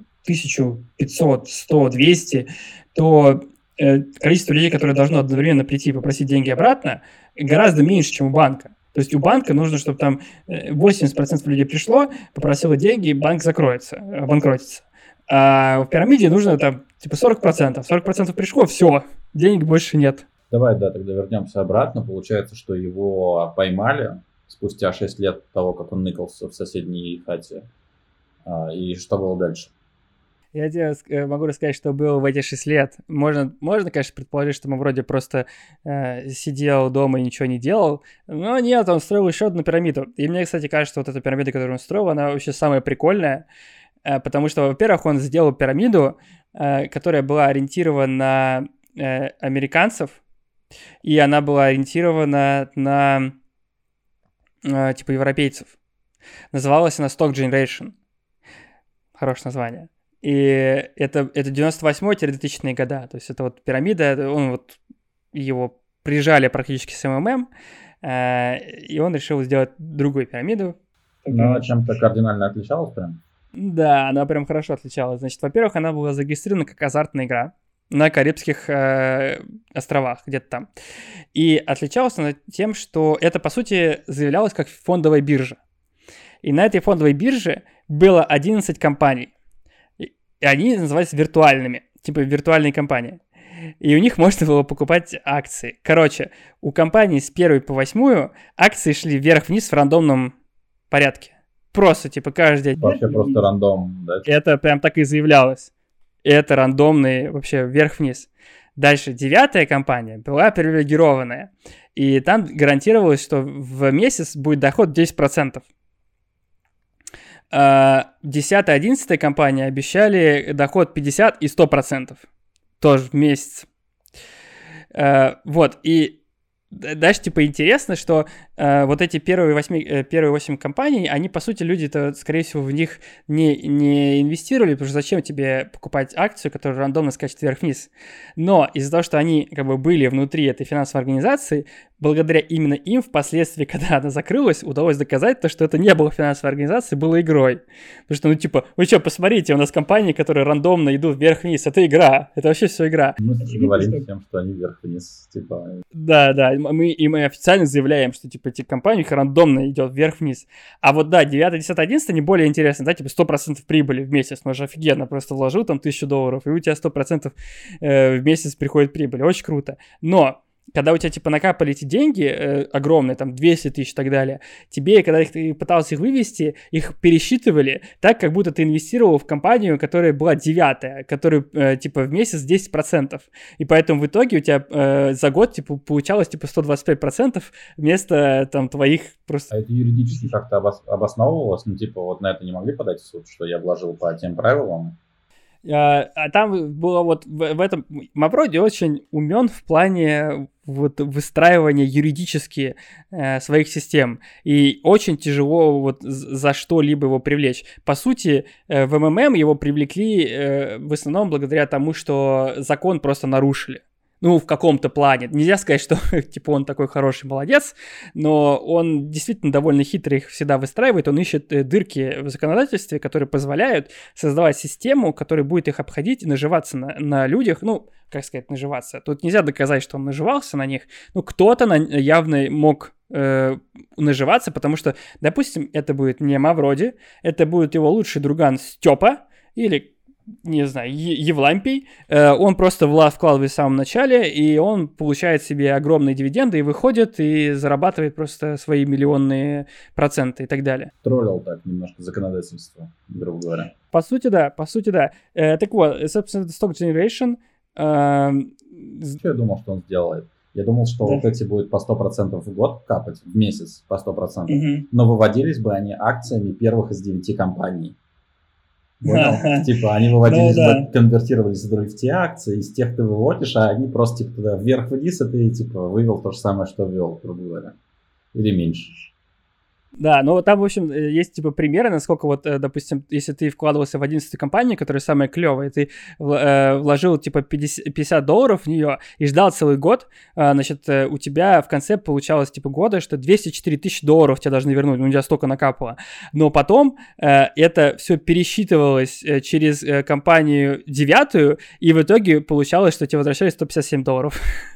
1500, 100, 200, то количество людей, которые должно одновременно прийти и попросить деньги обратно, гораздо меньше, чем у банка. То есть у банка нужно, чтобы там 80% людей пришло, попросило деньги, и банк обанкротится. А в пирамиде нужно там типа 40%. 40% пришло, все, денег больше нет. Давай, тогда вернемся обратно. Получается, что его поймали спустя 6 лет того, как он ныкался в соседней хате. И что было дальше? Я тебе могу рассказать, что было в эти 6 лет. Можно, конечно, предположить, что он вроде просто сидел дома и ничего не делал. Но нет, он строил еще одну пирамиду. И мне, кстати, кажется, что вот эта пирамида, которую он строил, она вообще самая прикольная. Потому что, во-первых, он сделал пирамиду, которая была ориентирована на американцев. И она была ориентирована на типа европейцев. Называлась она Stock Generation. Хорошее название. И это 98-2000-е года. То есть это вот пирамида, его прижали практически с МММ, и он решил сделать другую пирамиду. Но она чем-то кардинально отличалась прям? Да, она прям хорошо отличалась. Значит, во-первых, она была зарегистрирована как азартная игра на Карибских островах, где-то там. И отличалась она тем, что это, по сути, заявлялось как фондовая биржа. И на этой фондовой бирже было 11 компаний. И они назывались виртуальными, типа виртуальные компании. И у них можно было покупать акции. Короче, у компаний с 1 по 8 акции шли вверх-вниз в рандомном порядке. Просто, типа, каждый день. Вообще просто рандом, да? Это прям так и заявлялось. Это рандомный вообще вверх-вниз. Дальше 9-я компания была привилегированная. И там гарантировалось, что в месяц будет доход 10%. 10-я, 11-я компания обещали доход 50 и 100%. Тоже в месяц. Вот, и дальше, типа, интересно, что вот эти первые 8 компаний, они, по сути, люди-то, скорее всего, в них не инвестировали, потому что зачем тебе покупать акцию, которая рандомно скачет вверх-вниз. Но из-за того, что они, как бы, были внутри этой финансовой организации, благодаря именно им, впоследствии, когда она закрылась, удалось доказать то, что это не было финансовой организацией, было игрой. Потому что, ну, типа, вы что, посмотрите, у нас компании, которые рандомно идут вверх-вниз, это игра, это вообще все игра. Мы говорим всем, что они вверх-вниз, типа... Да, мы официально заявляем, что, типа, эти компании их рандомно идет вверх-вниз. А вот, да, 9, 10, 11 не более интересно, да, типа 100% прибыли в месяц, ну же офигенно, просто вложил там $1000, и у тебя 100% в месяц приходит прибыль, очень круто. Но когда у тебя, типа, накапали эти деньги огромные, там, 200 тысяч и так далее, тебе, когда ты пытался их вывести, их пересчитывали так, как будто ты инвестировал в компанию, которая была 9-я, которая, типа, в месяц 10%. И поэтому в итоге у тебя за год, типа, получалось, типа, 125% вместо, там, твоих просто... А это юридически как-то обосновывалось? Ну, типа, вот на это не могли подать в суд, что я вложил по тем правилам? А там было вот в этом... Мавроди очень умен в плане вот выстраивания юридически своих систем. И очень тяжело вот за что-либо его привлечь. По сути, в МММ его привлекли в основном благодаря тому, что закон просто нарушили. ну, в каком-то плане. Нельзя сказать, что, типа, он такой хороший молодец, но он действительно довольно хитро их всегда выстраивает. Он ищет дырки в законодательстве, которые позволяют создавать систему, которая будет их обходить и наживаться на людях. Ну, как сказать, наживаться. Тут нельзя доказать, что он наживался на них. Ну, кто-то явно мог наживаться, потому что, допустим, это будет не Мавроди, это будет его лучший друган Степа или, не знаю, Евлампий. Он просто вкладывает в самом начале, и он получает себе огромные дивиденды и выходит, и зарабатывает просто свои миллионные проценты и так далее. Троллил так немножко законодательство, грубо говоря. По сути, да. Так вот, собственно, Stock Generation... Что я думал, что он сделает? Я думал, что вот эти будут по 100% в год капать, в месяц по 100%, но выводились бы они акциями первых из 9 компаний. Типа они выводились бы, конвертировались в те акции, из тех ты выводишь, а они просто типа туда вверх-вниз, и ты типа вывел то же самое, что ввел, грубо говоря. Или меньше. Да, но там, в общем, есть типа примеры, насколько вот, допустим, если ты вкладывался в 11-ю компанию, которая самая клевая, ты вложил типа $50 в нее и ждал целый год, значит, у тебя в конце получалось типа года, что $204 тысячи тебе должны вернуть, у тебя столько накапало. Но потом это все пересчитывалось через компанию 9-ю, и в итоге получалось, что тебе возвращали $157.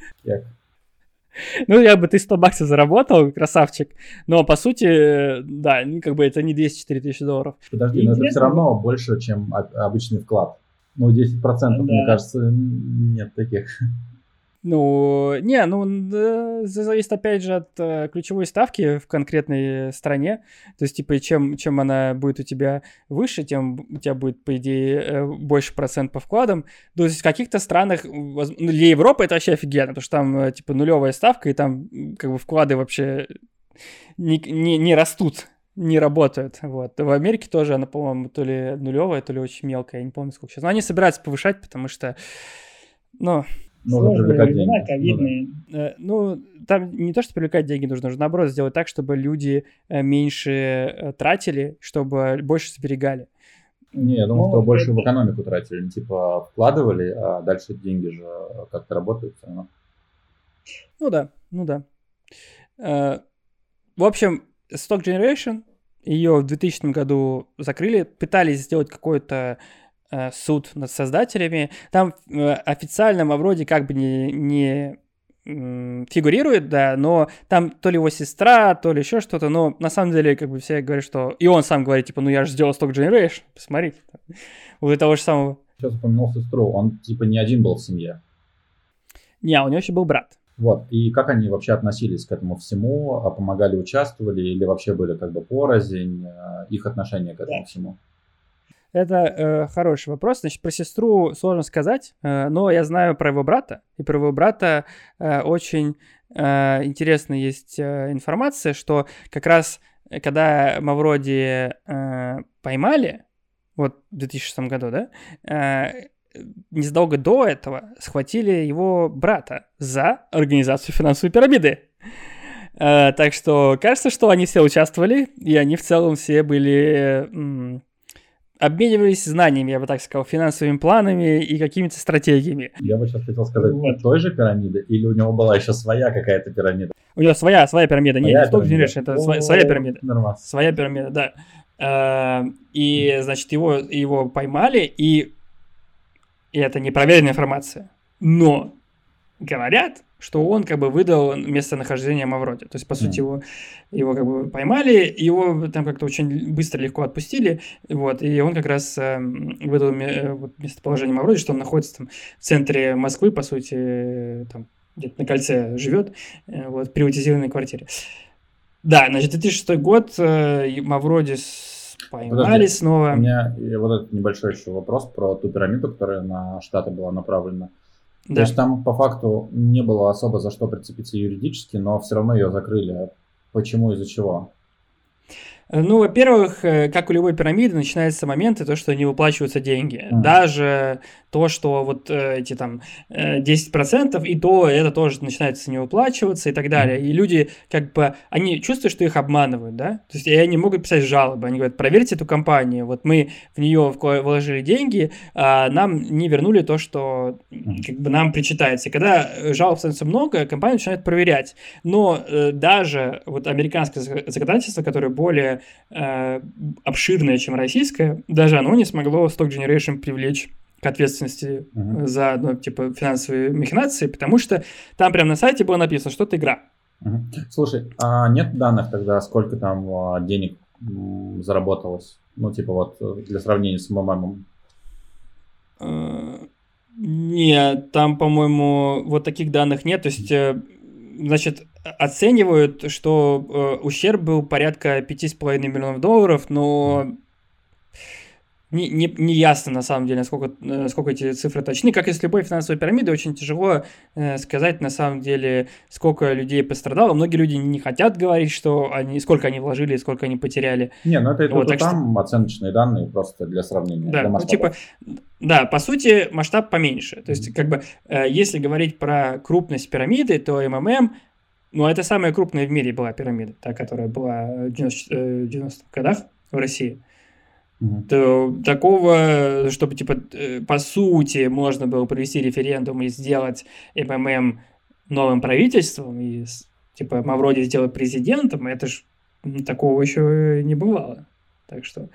Ну, как бы ты $100 заработал, красавчик, но по сути, да, как бы это не $204 тысячи. Подожди, но это все равно больше, чем обычный вклад. Ну, 10%, мне кажется, нет таких. Ну, зависит опять же от ключевой ставки в конкретной стране. То есть, типа, чем она будет у тебя выше, тем у тебя будет, по идее, больше процент по вкладам. То есть в каких-то странах, для Европы это вообще офигенно, потому что там, типа, нулевая ставка, и там, как бы, вклады вообще не растут, не работают. Вот. В Америке тоже она, по-моему, то ли нулевая, то ли очень мелкая, я не помню, сколько сейчас. Но они собираются повышать, потому что, нужно привлекать деньги. Ну, там не то, что привлекать деньги нужно наоборот сделать так, чтобы люди меньше тратили, чтобы больше сберегали. Не, я думал, что больше в экономику тратили. Типа вкладывали, а дальше деньги же как-то работают все равно. Ну да. В общем, Stock Generation, ее в 2000 году закрыли, пытались сделать какой-то суд над создателями. Там официально вроде как бы не фигурирует, да, но там то ли его сестра, то ли еще что-то, но на самом деле как бы все говорят, что... И он сам говорит, типа, ну я же сделал Stock Generation, посмотрите. Вот того же самого. Сейчас упомянул сестру, он типа не один был в семье. Не, у него еще был брат. Вот, и как они вообще относились к этому всему, помогали, участвовали или вообще были как бы порознь, их отношение к этому всему? Это хороший вопрос. Значит, про сестру сложно сказать, но я знаю про его брата. И про его брата очень интересная есть информация, что как раз когда Мавроди поймали, вот в 2006 году, да, незадолго до этого схватили его брата за организацию финансовой пирамиды. Так что кажется, что они все участвовали, и они в целом все были... обменивались знаниями, я бы так сказал, финансовыми планами и какими-то стратегиями. Я бы сейчас хотел сказать, той же пирамиды, или у него была еще своя какая-то пирамида? У него своя пирамида. Нет, не Stock Generation, это своя пирамида. Нормально. Своя пирамида, да. И, значит, его поймали, и это непроверенная информация. Но говорят, что он как бы выдал местонахождение Мавроди. То есть, по сути, его как бы поймали, его там как-то очень быстро, легко отпустили, вот, и он как раз выдал местоположение Мавроди, что он находится там в центре Москвы, по сути, там где-то на кольце живет, вот, в приватизированной квартире. Да, значит, 2006 год, Мавроди поймали снова. У меня вот этот небольшой еще вопрос про ту пирамиду, которая на Штаты была направлена. Да. То есть там по факту не было особо за что прицепиться юридически, но все равно ее закрыли. Почему, из-за чего? Ну, во-первых, как у любой пирамиды, начинается момент, то, что не выплачиваются деньги. Даже то, что вот эти там 10%, и то это тоже начинается не выплачиваться и так далее. И люди как бы, они чувствуют, что их обманывают, да? То есть и они могут писать жалобы, они говорят, проверьте эту компанию, вот мы в нее вложили деньги, а нам не вернули то, что как бы нам причитается. И когда жалоб становится много, компания начинает проверять. Но даже вот американское законодательство, которое более обширное, чем российское, даже оно не смогло Stock Generation привлечь к ответственности за, ну, типа, финансовые махинации, потому что там прямо на сайте было написано, что это игра. Слушай, а нет данных тогда, сколько там денег заработалось? Ну, типа вот для сравнения с МММ. Нет, там, по-моему, вот таких данных нет. То есть, значит, оценивают, что ущерб был порядка $5,5 миллионов, но не ясно, на самом деле, насколько эти цифры точны. Как и с любой финансовой пирамидой, очень тяжело сказать, на самом деле, сколько людей пострадало. Многие люди не хотят говорить, сколько они вложили и сколько они потеряли. Не, ну это вот, там оценочные данные просто для сравнения. Да, для типа, да, по сути, масштаб поменьше. То есть, как бы, если говорить про крупность пирамиды, то МММ, ну, это самая крупная в мире была пирамида, та, которая была в 90-х годах в России. То такого, чтобы, типа, по сути, можно было провести референдум и сделать МММ новым правительством, и, типа, Мавроди сделать президентом, это ж такого еще не бывало. Так что,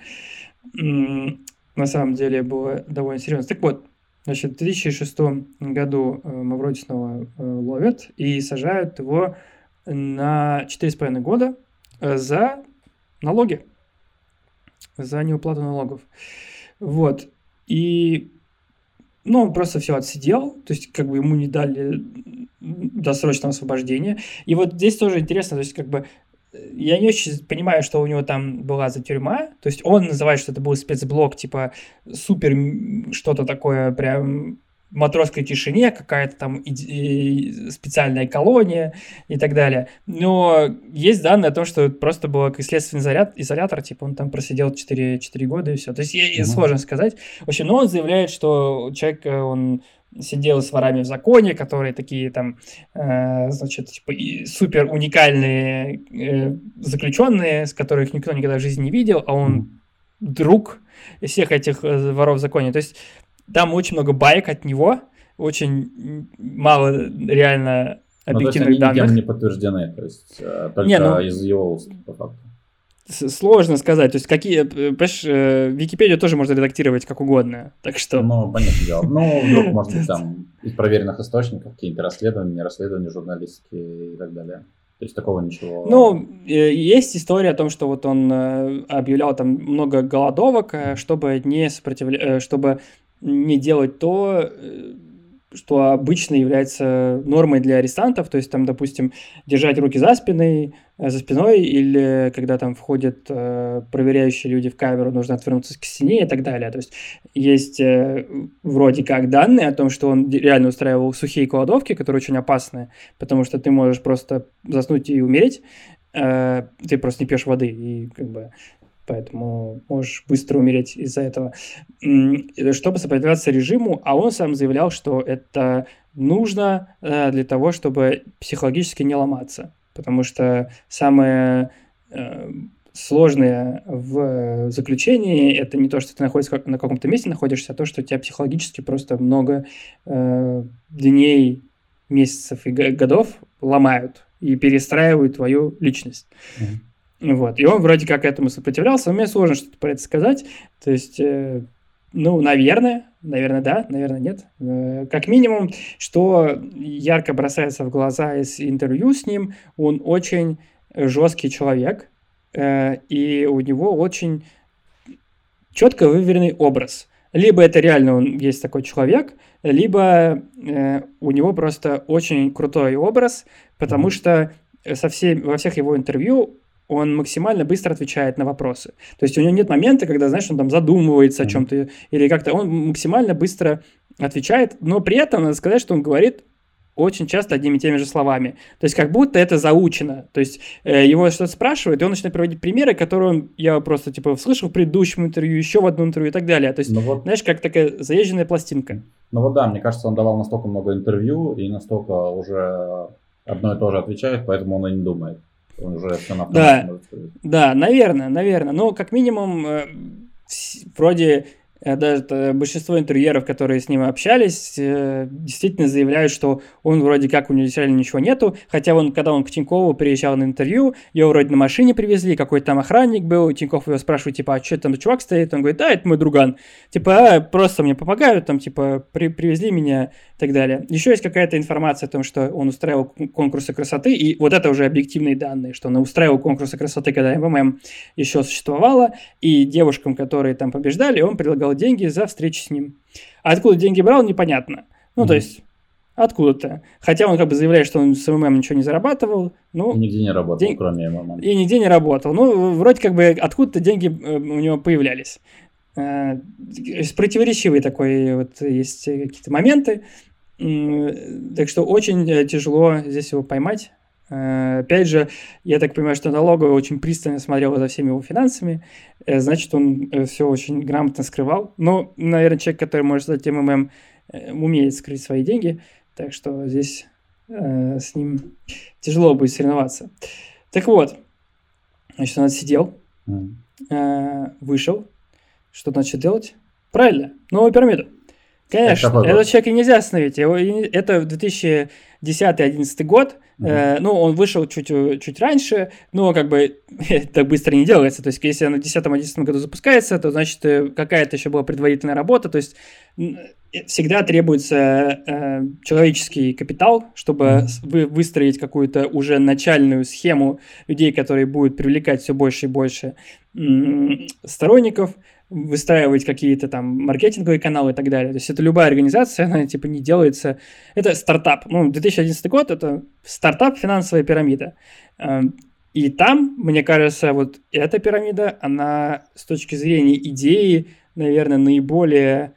на самом деле, было довольно серьезно. Так вот, значит, в 2006 году Мавроди снова ловят и сажают его на 4,5 года за налоги. За неуплату налогов. Вот. И, ну, он просто все отсидел, то есть, как бы, ему не дали досрочного освобождения. И вот здесь тоже интересно, то есть, как бы, я не очень понимаю, что у него там была за тюрьма, то есть, он называет, что это был спецблок, типа, супер что-то такое, прям матросской тишине, какая-то там специальная колония и так далее. Но есть данные о том, что это просто было как следственный изолятор, типа он там просидел 4 года и все. То есть сложно сказать. В общем, но он заявляет, что человек, он сидел с ворами в законе, которые такие там, значит, типа, супер уникальные заключенные, с которых никто никогда в жизни не видел, а он друг всех этих воров в законе. То есть там очень много баек от него, очень мало реально объективных данных. Никем не подтверждены, то есть только из его уст, по факту. Сложно сказать, то есть понимаешь, Википедию тоже можно редактировать как угодно, так что... Ну, понятное дело. Ну, вдруг, может быть, там из проверенных источников какие-то расследования, журналистские и так далее. То есть такого ничего... Ну, есть история о том, что вот он объявлял там много голодовок, чтобы не делать то, что обычно является нормой для арестантов, то есть там, допустим, держать руки за спиной, или когда там входят проверяющие люди в камеру, нужно отвернуться к стене и так далее. То есть есть вроде как данные о том, что он реально устраивал сухие голодовки, которые очень опасны, потому что ты можешь просто заснуть и умереть, ты просто не пьешь воды, и как бы... Поэтому можешь быстро умереть из-за этого, чтобы сопротивляться режиму, а он сам заявлял, что это нужно для того, чтобы психологически не ломаться, потому что самое сложное в заключении – это не то, что ты находишься на каком-то месте находишься, а то, что тебя психологически просто много дней, месяцев и годов ломают и перестраивают твою личность. Вот. И он вроде как этому сопротивлялся, но мне сложно что-то про это сказать. То есть, ну, наверное, да, наверное, нет. Как минимум, что ярко бросается в глаза из интервью с ним, он очень жесткий человек, и у него очень четко выверенный образ. Либо это реально он есть такой человек, либо у него просто очень крутой образ, потому что во всех его интервью он максимально быстро отвечает на вопросы. То есть у него нет момента, когда, знаешь, он там задумывается о чем-то или как-то. Он максимально быстро отвечает, но при этом надо сказать, что он говорит очень часто одними и теми же словами. То есть как будто это заучено. То есть его что-то спрашивают, и он начинает приводить примеры, которые я просто типа слышал в предыдущем интервью, еще в одном интервью и так далее. То есть, знаешь, как такая заезженная пластинка. Ну вот да, мне кажется, он давал настолько много интервью и настолько уже одно и то же отвечает, поэтому он и не думает. Он уже все на автомате может сказать. Да, наверное. Но как минимум вроде даже большинство интервьюеров, которые с ним общались, действительно заявляют, что он вроде как у него реально ничего нету, хотя когда он к Тинькову приезжал на интервью, его вроде на машине привезли, какой-то там охранник был, Тиньков его спрашивает, типа, а что там за чувак стоит? Он говорит, это мой друган, типа, просто мне помогают, там, типа, привезли меня и так далее. Еще есть какая-то информация о том, что он устраивал конкурсы красоты, и вот это уже объективные данные, что он устраивал конкурсы красоты, когда МММ еще существовало, и девушкам, которые там побеждали, он предлагал деньги за встречу с ним. А откуда деньги брал, непонятно. То есть, откуда-то. Хотя он как бы заявляет, что он с МММ ничего не зарабатывал. И нигде не работал, кроме МММ. И нигде не работал. Вроде как бы откуда-то деньги у него появлялись. Противоречивые такой вот есть какие-то моменты. Так что очень тяжело здесь его поймать. Опять же, я так понимаю, что налоговая очень пристально смотрела за всеми его финансами, значит, он все очень грамотно скрывал. Но, наверное, человек, который может стать МММ, умеет скрыть свои деньги, так что здесь с ним тяжело будет соревноваться. Так вот, значит, он отсидел, вышел, что начал делать? Правильно, новую пирамиду. Конечно, этот человек и нельзя остановить. Это 2010-2011 год. Он вышел чуть раньше, но как бы так быстро не делается. То есть, если она в 2010-2011 году запускается, то значит какая-то еще была предварительная работа. То есть, всегда требуется человеческий капитал, чтобы выстроить какую-то уже начальную схему людей, которые будут привлекать все больше и больше сторонников, выстраивать какие-то там маркетинговые каналы и так далее. То есть это любая организация, она типа не делается. Это стартап. 2011 год – это стартап «Финансовая пирамида». И там, мне кажется, вот эта пирамида, она с точки зрения идеи, наверное, наиболее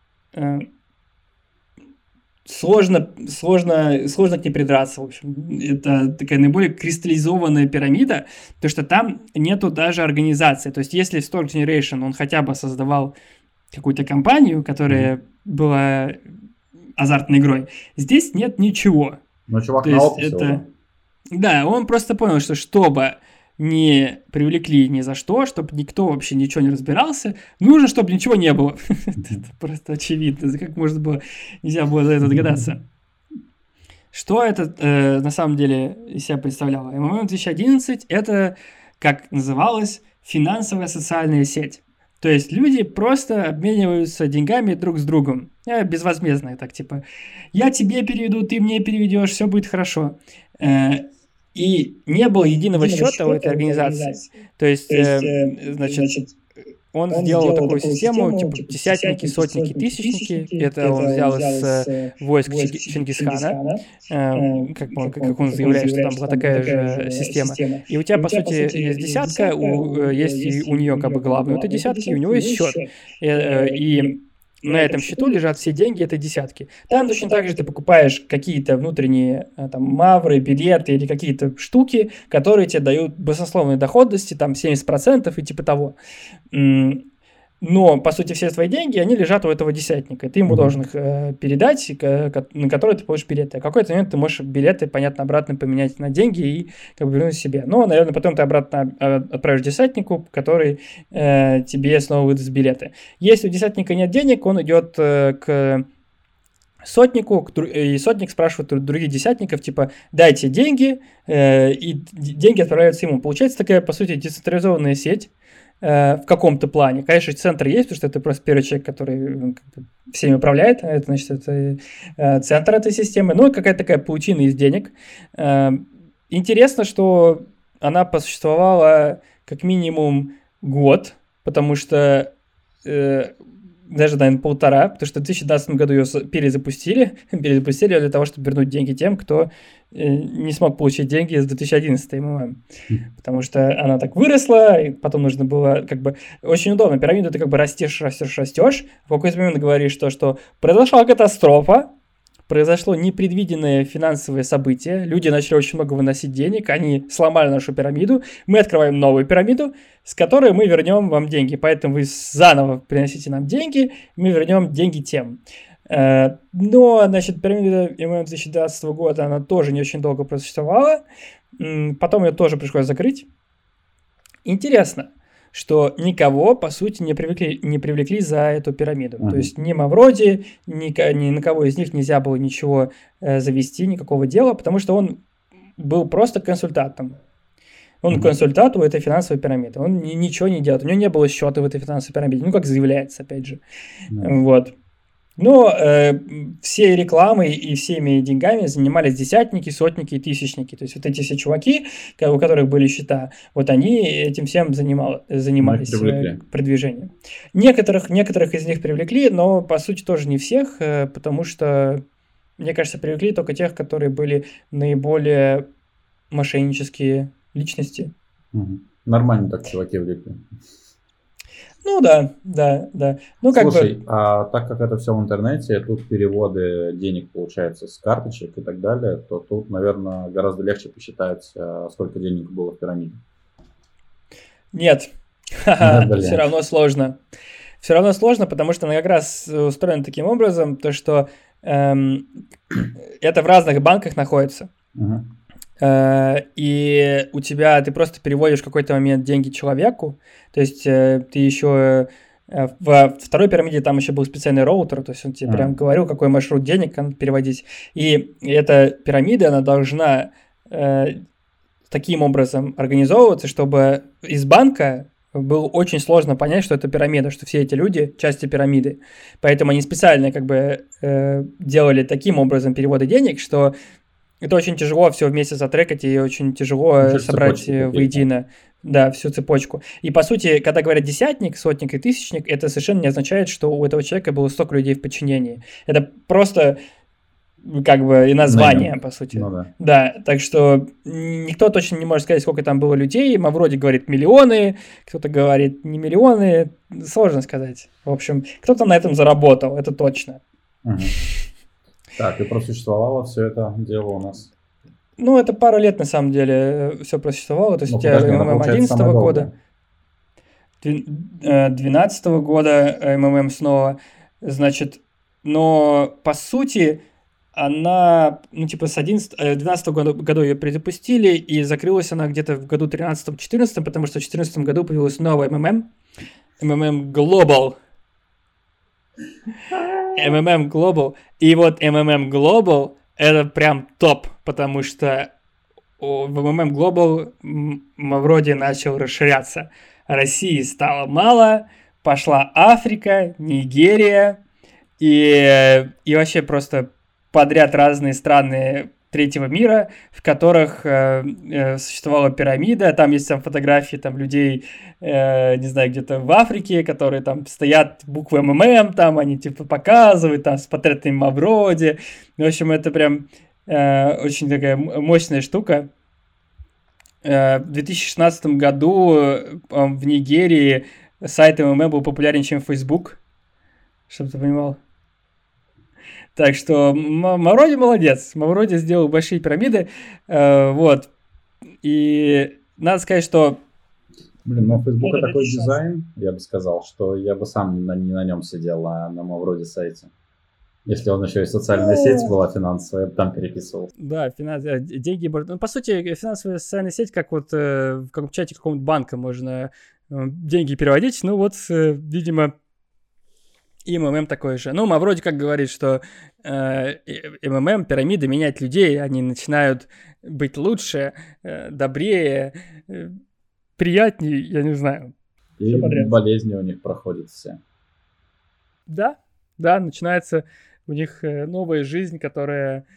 сложно к ней придраться, в общем. Это такая наиболее кристаллизованная пирамида, потому что там нету даже организации. То есть если в Stork Generation он хотя бы создавал какую-то компанию, которая была азартной игрой, здесь нет ничего. Но чувак на опыте. Да, он просто понял, что чтобы не привлекли ни за что, чтобы никто вообще ничего не разбирался, нужно, чтобы ничего не было. Это просто очевидно. Как можно было, нельзя было за это догадаться. Что это на самом деле из себя представляло? МММ 2011 – это, как называлось, финансовая социальная сеть. То есть люди просто обмениваются деньгами друг с другом. Безвозмездно, так типа, я тебе переведу, ты мне переведешь, все будет хорошо. И не было единого счета у этой организации. То есть, значит, он сделал такую систему, типа десятники, сотники, тысячники. Это он взял из войск Чингисхана, как он заявляет, что там была такая же система. И у тебя, по сути, есть десятка, есть и у нее как бы главная этой десятки, и у него есть счет. И на этом счету лежат все деньги этой десятки. Там точно так же ты покупаешь какие-то внутренние там мавры, билеты или какие-то штуки, которые тебе дают баснословные доходности, там 70% и типа того. Но, по сути, все твои деньги, они лежат у этого десятника. И ты ему должен их передать, на которые ты получишь билеты. А в какой-то момент ты можешь билеты, понятно, обратно поменять на деньги и как бы вернуть себе. Но, наверное, потом ты обратно отправишь десятнику, который тебе снова выдаст билеты. Если у десятника нет денег, он идет к сотнику, и сотник спрашивает у других десятников, типа, дайте деньги, и деньги отправляются ему. Получается такая, по сути, децентрализованная сеть, в каком-то плане. Конечно, центр есть, потому что это просто первый человек, который всеми управляет. Это, значит, это центр этой системы. Ну, какая-то такая паутина из денег. Интересно, что она просуществовала как минимум год, потому что даже, наверное, 1,5, потому что в 2012 году ее перезапустили для того, чтобы вернуть деньги тем, кто не смог получить деньги с 2011 МММ. Потому что она так выросла, и потом нужно было, как бы, очень удобно. Пирамиду ты как бы растешь. В какой-то момент говоришь, что произошла катастрофа, произошло непредвиденное финансовое событие, люди начали очень много выносить денег, они сломали нашу пирамиду, мы открываем новую пирамиду, с которой мы вернем вам деньги, поэтому вы заново приносите нам деньги, мы вернем деньги тем. Но, значит, пирамида МММ 2012 года, она тоже не очень долго просуществовала, потом ее тоже пришлось закрыть. Интересно, что никого, по сути, не привлекли за эту пирамиду. То есть ни Мавроди, ни на кого из них нельзя было ничего завести, никакого дела, потому что он был просто консультантом. Он консультант у этой финансовой пирамиды. Он ничего не делает. У него не было счета в этой финансовой пирамиде. Ну, как заявляется, опять же. Вот. Но всей рекламой и всеми деньгами занимались десятники, сотники и тысячники. То есть вот эти все чуваки, у которых были счета, вот они этим всем занимались продвижением. Некоторых из них привлекли, но по сути тоже не всех, потому что, мне кажется, привлекли только тех, которые были наиболее мошеннические личности. Нормально так чуваки влекли. Ну да. Ну, слушай, а так как это все в интернете, тут переводы денег получается с карточек и так далее, то тут, наверное, гораздо легче посчитать, сколько денег было в пирамиде. Нет, все равно сложно. Все равно сложно, потому что она как раз устроена таким образом, то что это в разных банках находится. И у тебя ты просто переводишь в какой-то момент деньги человеку, то есть ты еще во второй пирамиде там еще был специальный роутер, то есть он тебе прям говорил, какой маршрут денег переводить, и эта пирамида, она должна таким образом организовываться, чтобы из банка было очень сложно понять, что это пирамида, что все эти люди части пирамиды, поэтому они специально как бы делали таким образом переводы денег, что это очень тяжело все вместе затрекать и очень тяжело собрать воедино, да, всю цепочку. И по сути, когда говорят десятник, сотник и тысячник, это совершенно не означает, что у этого человека было столько людей в подчинении. Это просто как бы и название, по сути. Ну, да. Да, так что никто точно не может сказать, сколько там было людей. Мавроди говорит миллионы, кто-то говорит не миллионы, сложно сказать. В общем, кто-то на этом заработал, это точно. Так, и просуществовало все это дело у нас? Ну, это пару лет, на самом деле, все просуществовало. То есть у тебя МММ 11 года, 12 года МММ снова. Значит, но по сути она, ну, типа с 12 году ее перезапустили, и закрылась она где-то в году 13-14, потому что в 2014 году появилась новая МММ Global. MMM Global. И вот MMM Global это прям топ, потому что в MMM Global Мавроди начал расширяться. России стало мало, пошла Африка, Нигерия и вообще просто подряд разные страны третьего мира, в которых существовала пирамида, там есть там фотографии там людей, не знаю, где-то в Африке, которые там стоят, буквы МММ, там они типа показывают, там с портретами Мавроди. В общем, это прям очень такая мощная штука. В 2016 году в Нигерии сайт МММ был популярнее, чем Facebook, чтобы ты понимал. Так что Мавроди молодец. Мавроди сделал большие пирамиды. Вот. И надо сказать, что... Блин, ну у Фейсбука такой дизайн, я бы сказал, что я бы сам не на нем сидел, а на Мавроди сайте. Если он еще и социальная сеть была финансовая, я бы там переписывал. Да, деньги... Ну, по сути, финансовая социальная сеть, как вот в чате какого-нибудь банка можно деньги переводить. Ну вот, видимо... И МММ такой же. Ну, Мавроди как говорит, что МММ, пирамиды меняют людей, они начинают быть лучше, добрее, приятнее, я не знаю. И болезни у них проходят все. Да, начинается у них новая жизнь, которая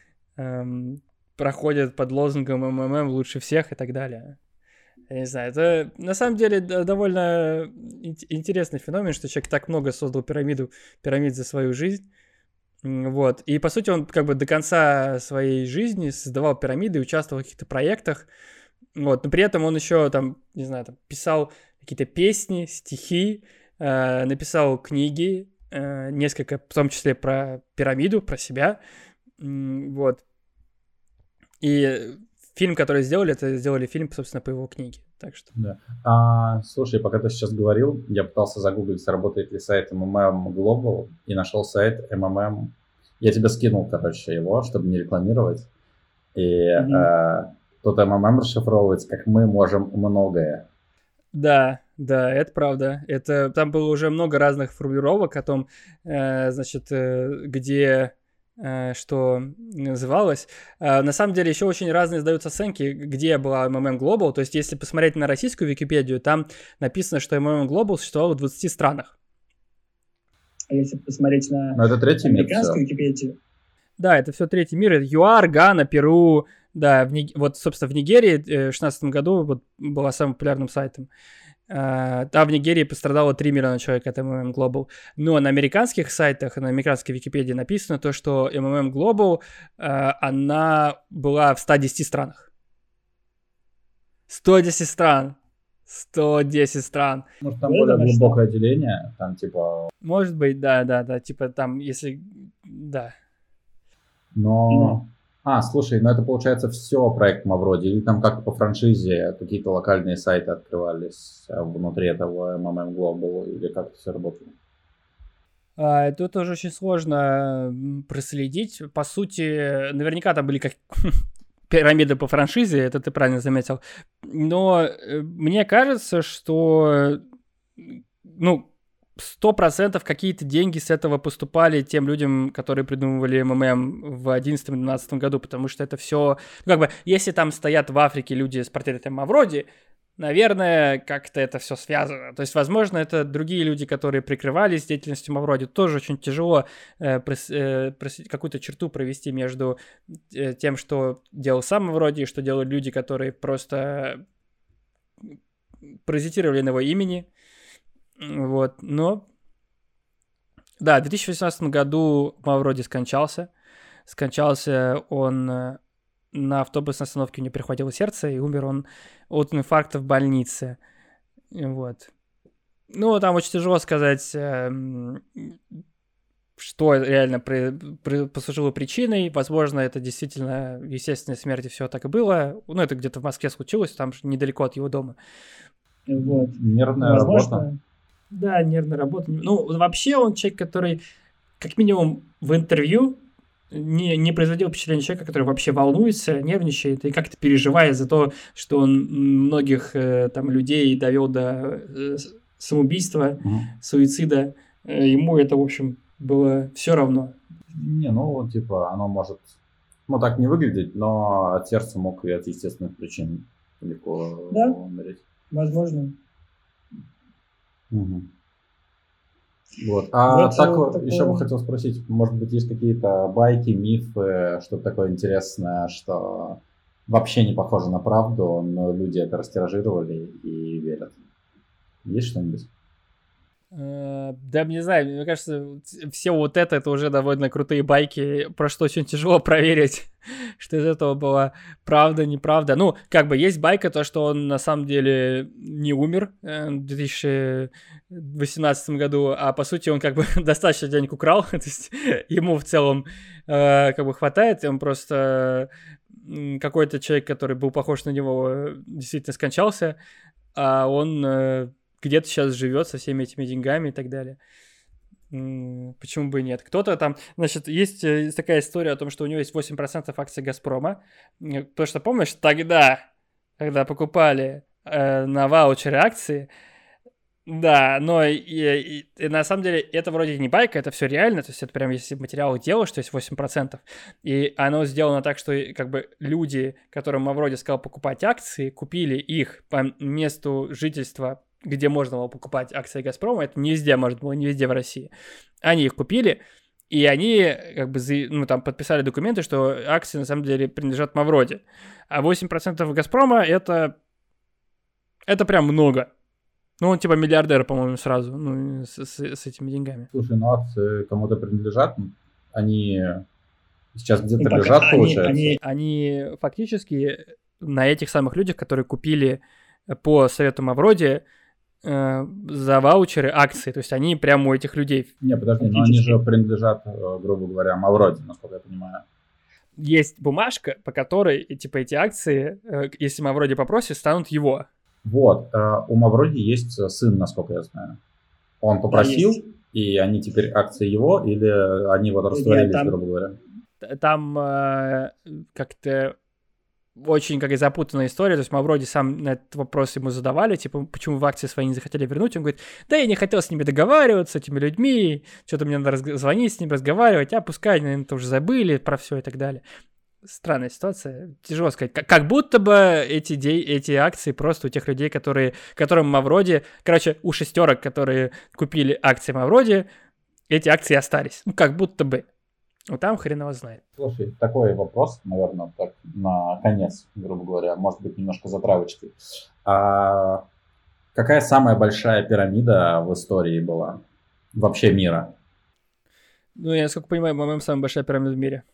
проходит под лозунгом МММ лучше всех и так далее. Я не знаю, это на самом деле довольно интересный феномен, что человек так много создал пирамид за свою жизнь. Вот. И, по сути, он как бы до конца своей жизни создавал пирамиды, участвовал в каких-то проектах. Вот. Но при этом он еще там, не знаю, там, писал какие-то песни, стихи, написал книги, несколько, в том числе про пирамиду, про себя. Вот. И фильм, который сделали фильм, собственно, по его книге. Так что... Да. Слушай, пока ты сейчас говорил, я пытался загуглить, работает ли сайт MMM Global, и нашел сайт MMM. Я тебе скинул, короче, его, чтобы не рекламировать. И тут MMM расшифровывается, как «мы можем многое». Да, это правда. Там было уже много разных формулировок о том, значит, где... что называлось. На самом деле еще очень разные сдаются оценки, где была MMM Global. То есть если посмотреть на российскую Википедию, там написано, что MMM Global существовал в 20 странах. А если посмотреть на это третий американскую Википедию? Да, это все третий мир. Это ЮАР, Гана, Перу. Да, вот, собственно, в Нигерии в 2016 году вот, была самым популярным сайтом. Там в Нигерии пострадало 3 миллиона человек от MMM Global. Но на американских сайтах, на американской Википедии написано то, что MMM Global, она была в 110 странах. 110 стран. 110 стран. Может, там более глубокое деление? Там типа... Может быть, да. Типа там, если... Да. Но... слушай, это получается все проект Мавроди, или там как-то по франшизе какие-то локальные сайты открывались внутри этого MMM Global, или как это все работало? Это тоже очень сложно проследить. По сути, наверняка там были как пирамиды по франшизе, это ты правильно заметил. Но мне кажется, что 100% какие-то деньги с этого поступали тем людям, которые придумывали МММ в 2011-2012 году, потому что это все... если там стоят в Африке люди с портретом Мавроди, наверное, как-то это все связано. То есть, возможно, это другие люди, которые прикрывались деятельностью Мавроди. Тоже очень тяжело какую-то черту провести между тем, что делал сам Мавроди, и что делали люди, которые просто паразитировали на его имени. Вот, но... Да, в 2018 году Мавроди скончался. Скончался он на автобусной остановке, у него перехватило сердце, и умер он от инфаркта в больнице. Вот. Там очень тяжело сказать, что реально послужило причиной. Возможно, это действительно естественная смерть, и все так и было. Это где-то в Москве случилось, там же недалеко от его дома. Вот. Нервная работа. Да, нервная работа. Вообще он человек, который, как минимум, в интервью не производил впечатление человека, который вообще волнуется, нервничает и как-то переживает за то, что он многих там людей довел до самоубийства, суицида. Ему это, в общем, было все равно. Оно может, так не выглядеть, но от сердца мог и от естественных причин легко умереть. Возможно. Угу. Вот. Еще бы хотел спросить, может быть, есть какие-то байки, мифы, что-то такое интересное, что вообще не похоже на правду, но люди это растиражировали и верят. Есть что-нибудь? Да, не знаю, мне кажется, все вот это уже довольно крутые байки, про что очень тяжело проверить, что из этого была правда, неправда. Есть байка, то, что он на самом деле не умер в 2018 году, а по сути он достаточно денег украл, то есть ему в целом хватает, он просто какой-то человек, который был похож на него, действительно скончался, а он... где-то сейчас живет со всеми этими деньгами и так далее. Почему бы и нет? Кто-то там... Значит, есть такая история о том, что у него есть 8% акций «Газпрома». Потому что, помнишь, тогда, когда покупали на ваучере акции, да, но и на самом деле это вроде не байка, это все реально, то есть это прям есть в материалах дела, что есть 8%. И оно сделано так, что люди, которым Мавроди сказал покупать акции, купили их по месту жительства, где можно было покупать акции «Газпрома», это не везде, может было, не везде в России. Они их купили, и они там подписали документы, что акции на самом деле принадлежат Мавроди. А 8% «Газпрома» это прям много. Он типа миллиардер, по-моему, сразу, с этими деньгами. Слушай, акции кому-то принадлежат, они сейчас где-то лежат, получается? Они фактически на этих самых людях, которые купили по совету Мавроди за ваучеры акции, то есть они прямо у этих людей. Не, подожди, но они же принадлежат, грубо говоря, Мавроди, насколько я понимаю. есть бумажка, по которой, типа, эти акции, если Мавроди попросит, станут его. Вот. У Мавроди есть сын, насколько я знаю. Он попросил, да, и они теперь акции его, или они вот растворились, грубо говоря? Там как-то очень как и запутанная история, то есть Мавроди сам на этот вопрос ему задавали, типа, почему в акции свои не захотели вернуть, он говорит, да я не хотел с ними договариваться, с этими людьми, что-то мне надо звонить с ними, разговаривать, пускай, наверное, тоже забыли про все и так далее. Странная ситуация, тяжело сказать. Как будто бы эти акции просто у тех людей, которым Мавроди, у шестерок, которые купили акции Мавроди, эти акции остались. Как будто бы. Там хрен его знает. Слушай, такой вопрос, наверное, так на конец, грубо говоря, может быть, немножко затравочкой. Какая самая большая пирамида в истории была? Вообще мира? Ну, я, насколько понимаю, по-моему, самая большая пирамида в мире.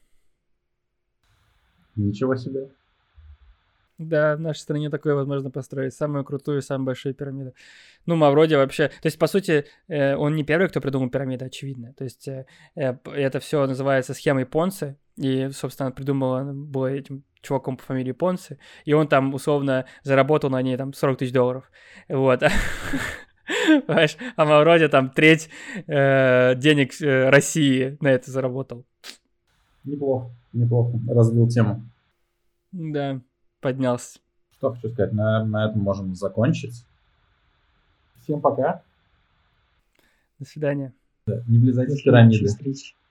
Ничего себе. Да, в нашей стране такое возможно построить. Самую крутую, самую большую пирамиду. Ну, Мавроди вообще... То есть, по сути, он не первый, кто придумал пирамиды, очевидно. То есть, это все называется схемой Понци. И, собственно, придумал было этим чуваком по фамилии Понци. И он там, условно, заработал на ней там $40 000. Вот. Понимаешь? А Мавроди там треть денег России на это заработал. Неплохо. Развил тему. Да. Поднялся. Что хочу сказать, на этом можем закончить. Всем пока. До свидания. Не влезайте в пирамиды.